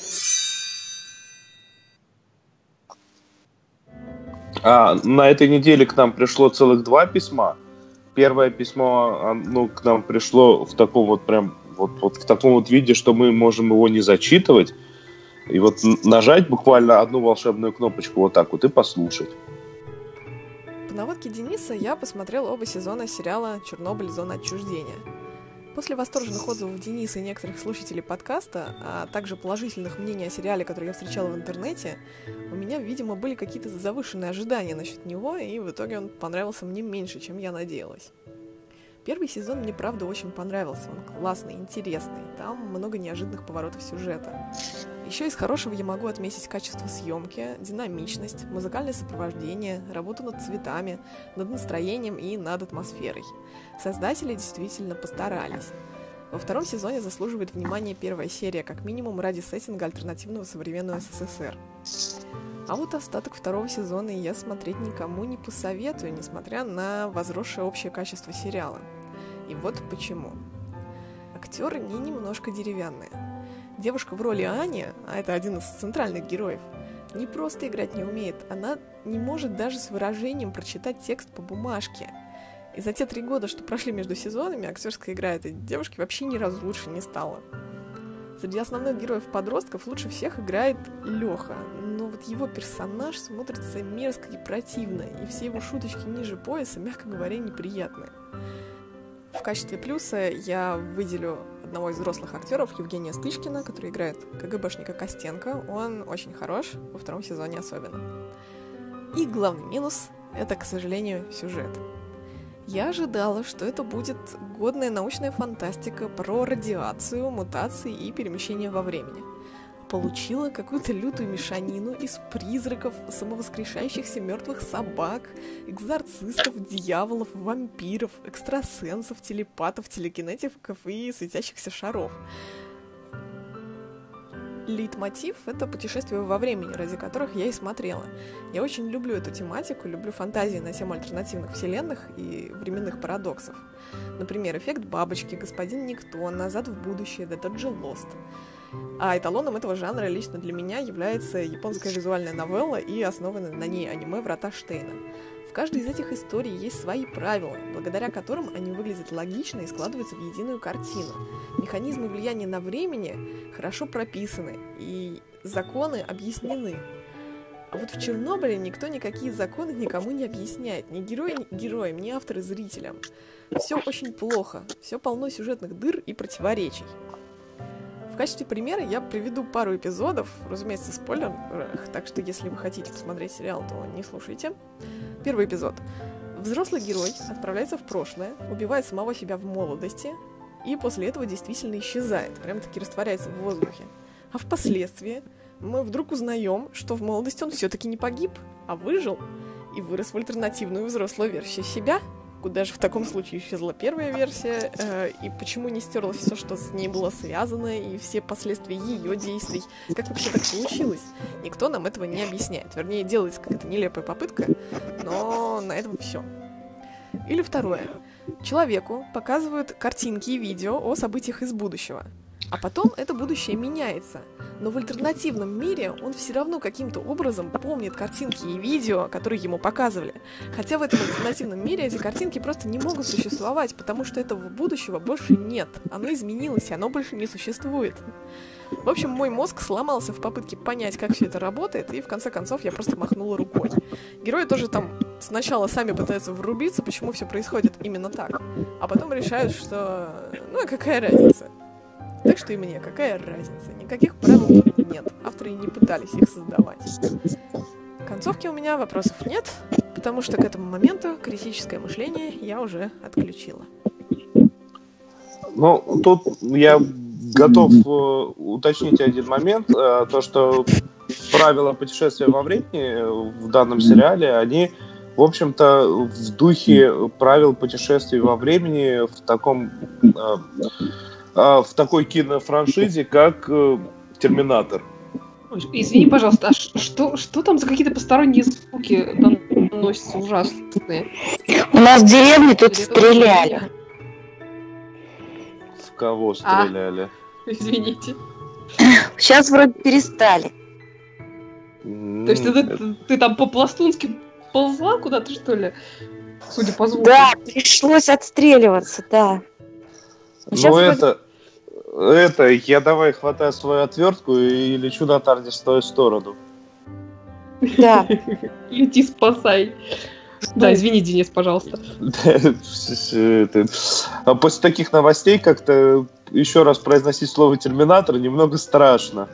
А, на этой неделе к нам пришло целых два письма. Первое письмо, ну, к нам пришло в таком вот прям вот, вот в таком вот виде, что мы можем его не зачитывать. И вот нажать буквально одну волшебную кнопочку вот так вот и послушать. По наводке Дениса я посмотрел оба сезона сериала «Чернобыль. Зона отчуждения». После восторженных отзывов Дениса и некоторых слушателей подкаста, а также положительных мнений о сериале, которые я встречала в интернете, у меня, видимо, были какие-то завышенные ожидания насчет него, и в итоге он понравился мне меньше, чем я надеялась. Первый сезон мне, правда, очень понравился. Он классный, интересный. Там много неожиданных поворотов сюжета. Еще из хорошего я могу отметить качество съемки, динамичность, музыкальное сопровождение, работу над цветами, над настроением и над атмосферой. Создатели действительно постарались. Во втором сезоне заслуживает внимания первая серия, как минимум ради сеттинга альтернативного современного СССР. А вот остаток второго сезона я смотреть никому не посоветую, несмотря на возросшее общее качество сериала. И вот почему. Актеры не немножко деревянные. Девушка в роли Ани, а это один из центральных героев, не просто играть не умеет, она не может даже с выражением прочитать текст по бумажке. И за те три года, что прошли между сезонами, актерская игра этой девушки вообще ни разу лучше не стала. Среди основных героев-подростков лучше всех играет Лёха, но вот его персонаж смотрится мерзко и противно, и все его шуточки ниже пояса, мягко говоря, неприятные. В качестве плюса я выделю одного из взрослых актеров, Евгения Стычкина, который играет КГБшника Костенко. Он очень хорош, во втором сезоне особенно. И главный минус — это, к сожалению, сюжет. Я ожидала, что это будет годная научная фантастика про радиацию, мутации и перемещение во времени. Получила какую-то лютую мешанину из призраков, самовоскрешающихся мертвых собак, экзорцистов, дьяволов, вампиров, экстрасенсов, телепатов, телекинетиков и светящихся шаров. Лейтмотив — это путешествия во времени, ради которых я и смотрела. Я очень люблю эту тематику, люблю фантазии на тему альтернативных вселенных и временных парадоксов. Например, эффект бабочки, господин Никто, Назад в будущее, да тот же Lost. А эталоном этого жанра лично для меня является японская визуальная новелла и основанное на ней аниме «Врата Штейна». В каждой из этих историй есть свои правила, благодаря которым они выглядят логично и складываются в единую картину. Механизмы влияния на времени хорошо прописаны, и законы объяснены. А вот в Чернобыле никто никакие законы никому не объясняет. Ни герои, ни героям, ни авторы зрителям. Все очень плохо, все полно сюжетных дыр и противоречий. В качестве примера я приведу пару эпизодов, разумеется, в спойлерах, так что если вы хотите посмотреть сериал, то не слушайте. Первый эпизод. Взрослый герой отправляется в прошлое, убивает самого себя в молодости и после этого действительно исчезает, прям-таки растворяется в воздухе. А впоследствии мы вдруг узнаем, что в молодости он все-таки не погиб, а выжил и вырос в альтернативную взрослую версию себя. Куда же в таком случае исчезла первая версия, э, и почему не стерлось все, что с ней было связано, и все последствия ее действий. Как вообще так получилось? Никто нам этого не объясняет. Вернее, делается какая-то нелепая попытка, но на этом все. Или второе. Человеку показывают картинки и видео о событиях из будущего. А потом это будущее меняется. Но в альтернативном мире он все равно каким-то образом помнит картинки и видео, которые ему показывали. Хотя в этом альтернативном мире эти картинки просто не могут существовать, потому что этого будущего больше нет. Оно изменилось, и оно больше не существует. В общем, мой мозг сломался в попытке понять, как все это работает, и в конце концов я просто махнула рукой. Герои тоже там сначала сами пытаются врубиться, почему все происходит именно так, а потом решают, что ну а какая разница. Так что и мне, какая разница? Никаких правил тут нет. Авторы не пытались их создавать. Концовки у меня вопросов нет, потому что к этому моменту критическое мышление я уже отключила. Ну, тут я готов э, уточнить один момент. Э, то, что правила путешествия во времени в данном сериале, они, в общем-то, в духе правил путешествий во времени в таком... Э, в такой кинофраншизе, как э, «Терминатор». Извини, пожалуйста, а что, что там за какие-то посторонние звуки доносятся ужасные? У нас в деревне тут стреляли. В кого стреляли? А, извините. Сейчас вроде перестали. Mm. То есть ты, ты, ты там по-пластунски ползла куда-то, что ли? Судя по звуку. Да, пришлось отстреливаться, да. Ну это, вроде... это, я давай хватаю свою отвертку и лечу на Тардис в твою сторону. Да. Лети, спасай. Да, извини, Денис, пожалуйста. После таких новостей как-то еще раз произносить слово «Терминатор» немного страшно.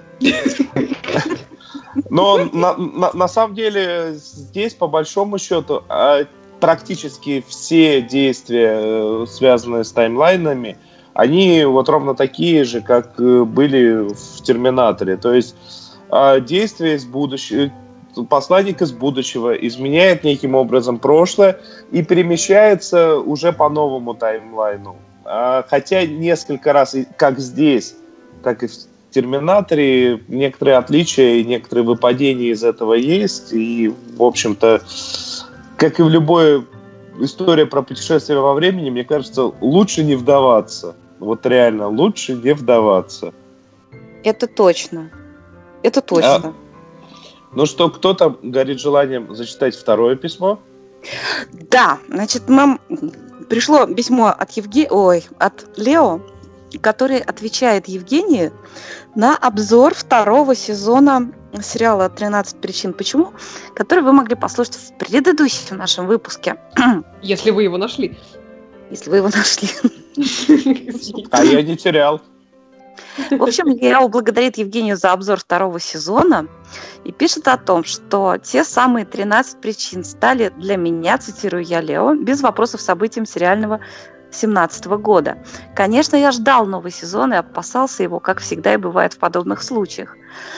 Но на, на, на самом деле здесь, по большому счету, практически все действия, связанные с таймлайнами, они вот ровно такие же, как были в «Терминаторе». То есть действие из будущего, посланник из будущего изменяет неким образом прошлое и перемещается уже по новому таймлайну. Хотя несколько раз, как здесь, так и в «Терминаторе», некоторые отличия и некоторые выпадения из этого есть. И, в общем-то, как и в любой истории про путешествие во времени, мне кажется, лучше не вдаваться. Вот реально, лучше не вдаваться. Это точно. Это точно. Ну что, кто-то горит желанием зачитать второе письмо? Да, значит, нам пришло письмо от Евге... Ой, от Лео, который отвечает Евгении на обзор второго сезона сериала «тринадцать причин почему», который вы могли послушать в предыдущем нашем выпуске. Если вы его нашли. Если вы его нашли. А я не терял. В общем, Лео благодарит Евгению за обзор второго сезона и пишет о том, что те самые тринадцать причин стали для меня, цитирую я Лео, без вопросов событиям сериального семнадцатого года. Конечно, я ждал новый сезон и опасался его, как всегда и бывает в подобных случаях.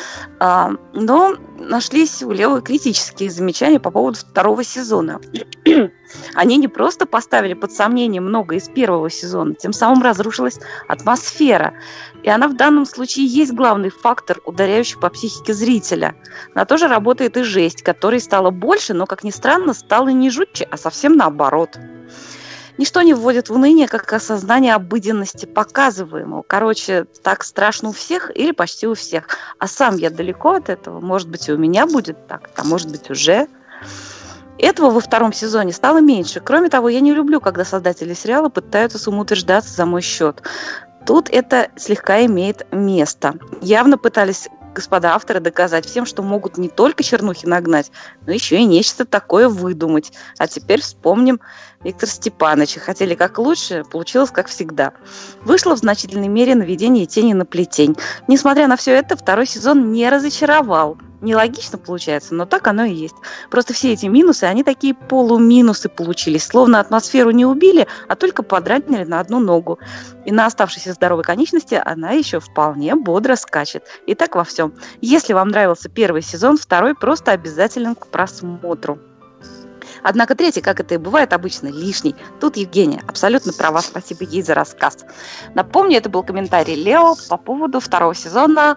Но нашлись у Лео критические замечания по поводу второго сезона. Они не просто поставили под сомнение многое из первого сезона, тем самым разрушилась атмосфера. И она в данном случае есть главный фактор, ударяющий по психике зрителя. На то же работает и жесть, которой стало больше, но, как ни странно, стало не жутче, а совсем наоборот. Ничто не вводит в уныние, как осознание обыденности показываемого. Короче, так страшно у всех или почти у всех. А сам я далеко от этого. Может быть, и у меня будет так, а может быть, уже. Этого во втором сезоне стало меньше. Кроме того, я не люблю, когда создатели сериала пытаются самоутверждаться за мой счет. Тут это слегка имеет место. Явно пытались господа авторы доказать всем, что могут не только чернухи нагнать, но еще и нечто такое выдумать. А теперь вспомним Виктора Степановича. Хотели как лучше, получилось как всегда. Вышло в значительной мере наведение тени на плетень. Несмотря на все это, второй сезон не разочаровал. Нелогично получается, но так оно и есть. Просто все эти минусы, они такие полуминусы получились. Словно атмосферу не убили, а только подранили на одну ногу. И на оставшейся здоровой конечности она еще вполне бодро скачет. И так во всем. Если вам нравился первый сезон, второй просто обязателен к просмотру. Однако третий, как это и бывает обычно, лишний. Тут Евгения абсолютно права, спасибо ей за рассказ. Напомню, это был комментарий Лео по поводу второго сезона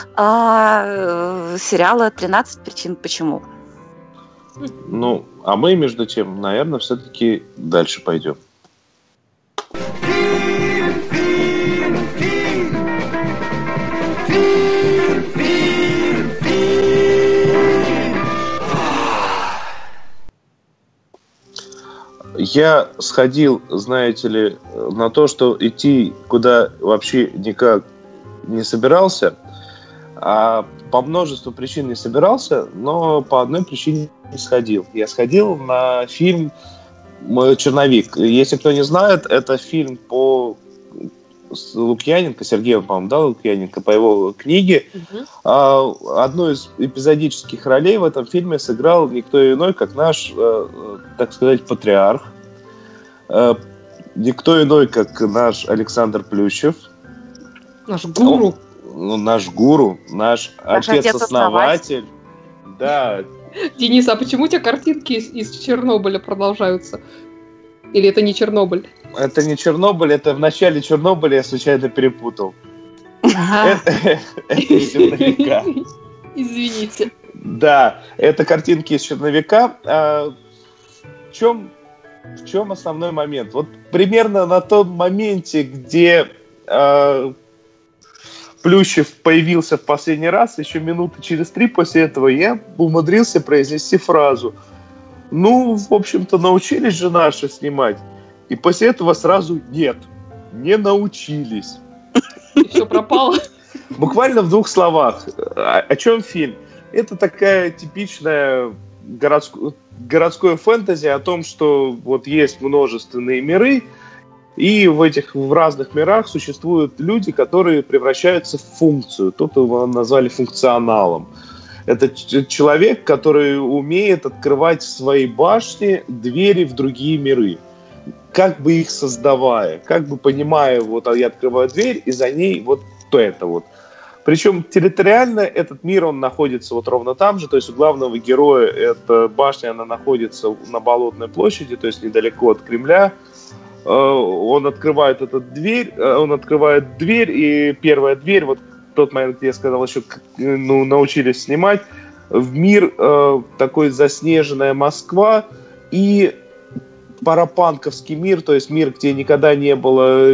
э, сериала «тринадцать причин почему». Ну, а мы, между тем, наверное, все-таки дальше пойдем. Я сходил, знаете ли, на то, что идти куда вообще никак не собирался, а по множеству причин не собирался, но по одной причине не сходил. Я сходил на фильм «Черновик». Если кто не знает, это фильм по Лукьяненко, Сергею, по-моему, да, Лукьяненко, по его книге. Угу. Одну из эпизодических ролей в этом фильме сыграл никто иной, как наш, так сказать, патриарх. Никто иной, как наш Александр Плющев. Наш гуру. Ну, наш гуру, наш, наш отец-основатель. Да. Денис, а почему у тебя картинки из, из Чернобыля продолжаются? Или это не Чернобыль? Это не Чернобыль, это в начале Чернобыля я случайно перепутал. Это из черновика. Извините. Да, это картинки из черновика. В чем, в чем основной момент? Вот примерно на том моменте, где Плющев появился в последний раз, еще минуты через три после этого я умудрился произнести фразу: ну, в общем-то, научились же наши снимать. И после этого сразу нет, не научились. И все пропало. Буквально в двух словах. О, о чем фильм? Это такая типичная городско- городское фэнтези о том, что вот есть множественные миры, и в этих в разных мирах существуют люди, которые превращаются в функцию. Тут его назвали функционалом. Это человек, который умеет открывать в своей башне двери в другие миры. Как бы их создавая, как бы понимая, вот я открываю дверь, и за ней вот то это вот. Причем территориально этот мир, он находится вот ровно там же, то есть у главного героя эта башня, она находится на Болотной площади, то есть недалеко от Кремля. Он открывает эту дверь, он открывает дверь, и первая дверь, вот тот момент, где я сказал, еще ну, научились снимать, в мир э, такой заснеженная Москва и парапанковский мир, то есть мир, где никогда не было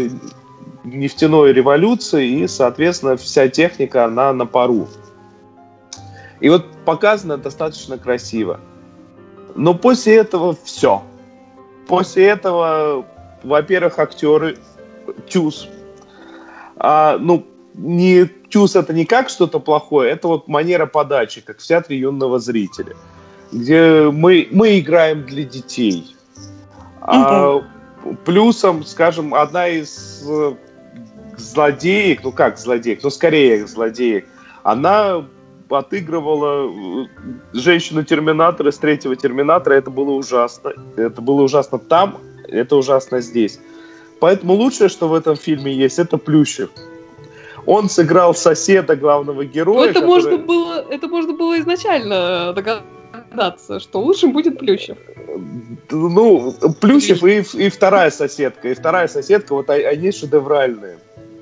нефтяной революции, и, соответственно, вся техника, она на пару. И вот показано достаточно красиво. Но после этого все. После этого, во-первых, актеры чус. А, ну, не чус это не как что-то плохое, это вот манера подачи, как в театре юного зрителя, где мы, мы играем для детей. А плюсом, скажем, одна из злодеек, ну как злодеек, ну скорее злодеек, она отыгрывала женщину-терминатора из третьего Терминатора. Это было ужасно. Это было ужасно там, это ужасно здесь. Поэтому лучшее, что в этом фильме есть, это Плющев. Он сыграл соседа главного героя. Это, который... можно было, это можно было изначально догадаться, что лучшим будет Плющев. Ну, Плющев и, и вторая соседка. И вторая соседка, вот они шедевральные.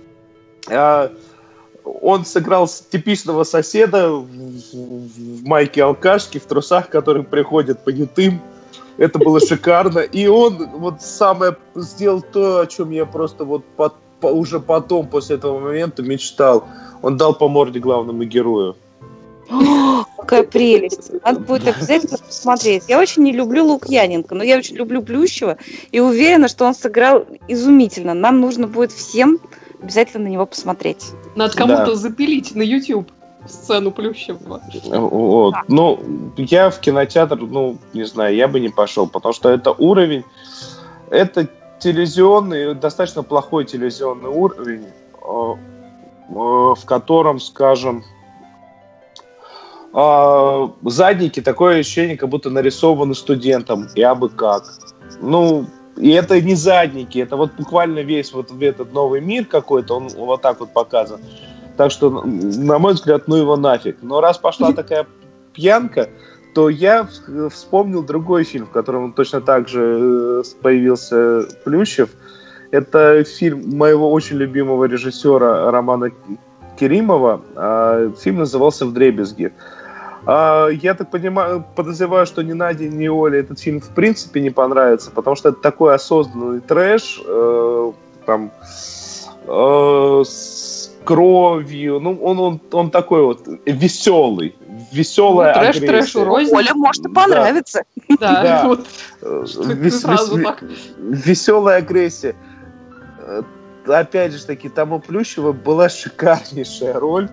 Он сыграл типичного соседа в, в майке алкашки, в трусах, который приходит понятым. Это было шикарно. И он вот самое сделал то, о чем я просто вот под, по, уже потом, после этого момента мечтал. Он дал по морде главному герою. О, какая прелесть. Надо будет обязательно посмотреть. Я очень не люблю Лукьяненко, но я очень люблю Плющева и уверена, что он сыграл изумительно. Нам нужно будет всем обязательно на него посмотреть. Надо кому-то да. запилить на YouTube сцену Плющева. Вот. Да. Ну, я в кинотеатр, ну, не знаю, я бы не пошел, потому что это уровень, это телевизионный, достаточно плохой телевизионный уровень, в котором, скажем, задники, такое ощущение, как будто нарисованы студентом, и абы как. Ну, и это не задники, это вот буквально весь вот этот новый мир какой-то, он вот так вот показан. Так что, на мой взгляд, ну его нафиг. Но раз пошла такая пьянка, то я вспомнил другой фильм, в котором точно так же появился Плющев. Это фильм моего очень любимого режиссера Романа Керимова. Фильм назывался «Вдребезги». Я так понимаю, подозреваю, что ни Наде, ни Оле этот фильм в принципе не понравится, потому что это такой осознанный трэш, э, там, э, с кровью, ну, он, он, он такой вот веселый, веселая ну, трэш, агрессия. Трэш, рознь. Оле может и понравится. Да, да. Вот. Вес, вес, веселая агрессия. Опять же таки, там у Плющева была шикарнейшая роль.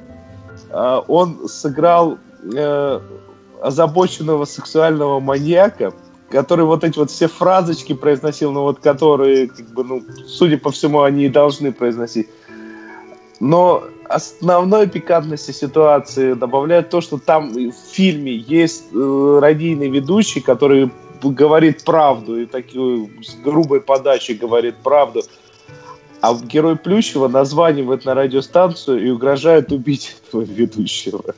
Он сыграл Э, озабоченного сексуального маньяка, который вот эти вот все фразочки произносил, ну вот которые, как бы, ну, судя по всему, они и должны произносить. Но основной пикантности ситуации добавляет то, что там в фильме есть э, радийный ведущий, который говорит правду и такой с грубой подачей говорит правду. А герой Плющева названивает на радиостанцию и угрожает убить этого ведущего.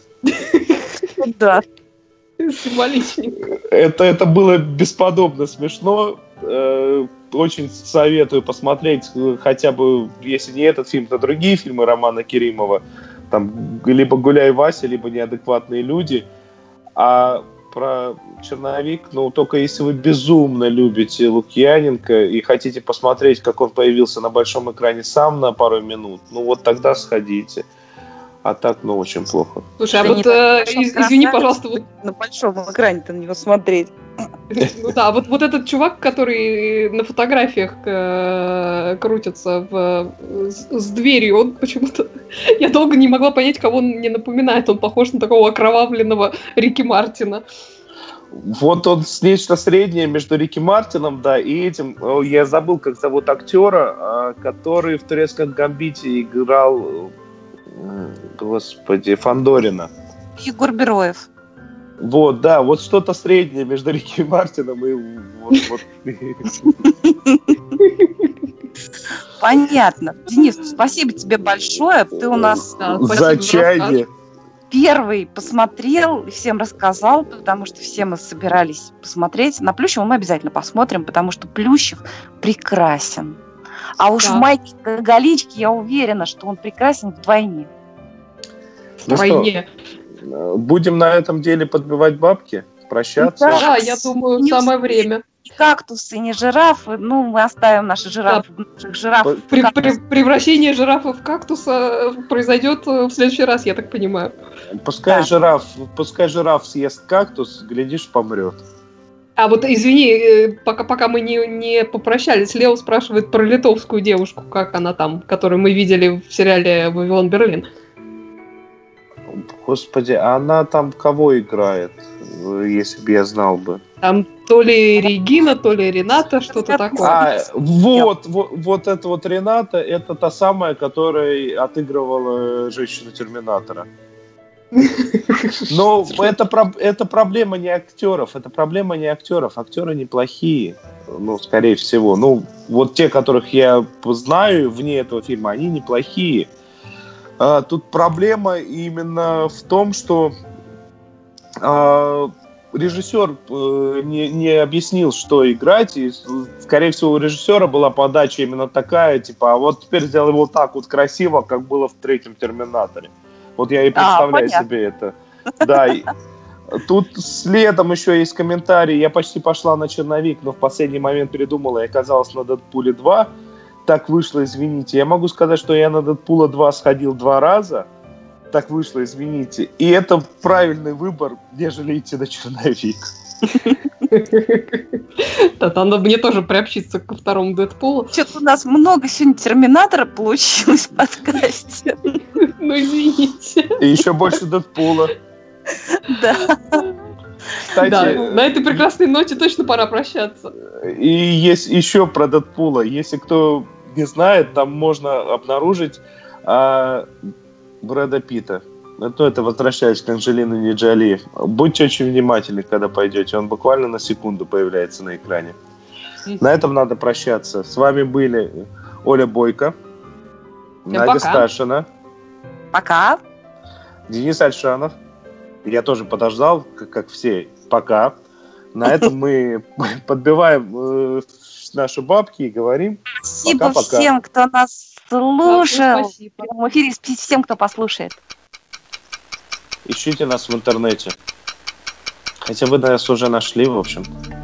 Да. Символичненько. Это, это было бесподобно смешно. Э, очень советую посмотреть хотя бы, если не этот фильм, то другие фильмы Романа Керимова. Там либо «Гуляй, Вася», либо «Неадекватные люди». А про «Черновик», ну, только если вы безумно любите Лукьяненко и хотите посмотреть, как он появился на большом экране сам на пару минут, ну, вот тогда сходите. А так, ну, очень плохо. Слушай, а вот, э, из, извини, пожалуйста, вот... На большом экране-то на него смотреть. Ну да, вот, вот этот чувак, который на фотографиях э, крутится в, с, с дверью, он почему-то... Я долго не могла понять, кого он мне напоминает. Он похож на такого окровавленного Рики Мартина. Вот он нечто среднее между Рики Мартином, да, и этим... Я забыл, как зовут актера, который в «Турецком гамбите» играл... Господи, Фандорина. Егор Бероев. Вот, да, вот что-то среднее между Рики Мартином и вот... вот. Понятно. Денис, спасибо тебе большое. Ты у нас да, за чай первый посмотрел и всем рассказал, потому что все мы собирались посмотреть. На Плющева мы обязательно посмотрим, потому что Плющев прекрасен. А уж да. в майке Галички я уверена, что он прекрасен вдвойне. Ну вдвойне. Что, будем на этом деле подбивать бабки, прощаться. Да, да я думаю, не самое время. кактусы, не жирафы. Ну, мы оставим наши жирафы, да. наших жирафов. При, при, превращение жирафа в кактуса произойдет в следующий раз, я так понимаю. Пускай, да. жираф, пускай жираф съест кактус, глядишь, помрет. А вот, извини, пока, пока мы не, не попрощались, Лео спрашивает про литовскую девушку, как она там, которую мы видели в сериале «Вавилон Берлин». Господи, а она там кого играет, если бы я знал бы? Там то ли Регина, то ли Рената, что-то такое. А, вот, вот, вот это вот Рената, это та самая, которая отыгрывала женщину-терминатора. Но это, это проблема не актеров, это проблема не актеров. Актеры неплохие, ну, скорее всего. Ну, вот те, которых я знаю вне этого фильма, они неплохие. А, тут проблема именно в том, что а, режиссер а, не, не объяснил, что играть, и, скорее всего, у режиссера была подача именно такая, типа, а вот теперь сделай вот так вот красиво, как было в третьем «Терминаторе». Вот я и представляю а, себе это. Да, и тут следом еще есть комментарий. Я почти пошла на «Черновик», но в последний момент передумала и оказалась на «Дэдпуле два». Так вышло, извините. Я могу сказать, что я на «Дэдпула два» сходил два раза. Так вышло, извините. И это правильный выбор, нежели идти на «Черновик». Надо мне тоже приобщиться ко второму «Дэдпулу». Что-то у нас много сегодня «Терминатора» получилось в подкасте. Ну, извините. И еще больше «Дэдпула». Да. Кстати, да, на этой прекрасной ноте точно пора прощаться. И есть еще про «Дэдпула». Если кто не знает, там можно обнаружить а, Брэда Питта. Ну, это возвращаюсь к Анджелине Джоли. Будьте очень внимательны, когда пойдете. Он буквально на секунду появляется на экране. На этом надо прощаться. С вами были Оля Бойко, Всем Надя пока. Сташина. Пока. Денис Альшанов. Я тоже подождал, как, как все. Пока. На этом мы подбиваем э, наши бабки и говорим спасибо пока-пока. Всем, кто нас слушал. Спасибо. В прямом эфире всем, кто послушает. Ищите нас в интернете. Хотя вы нас уже нашли, в общем.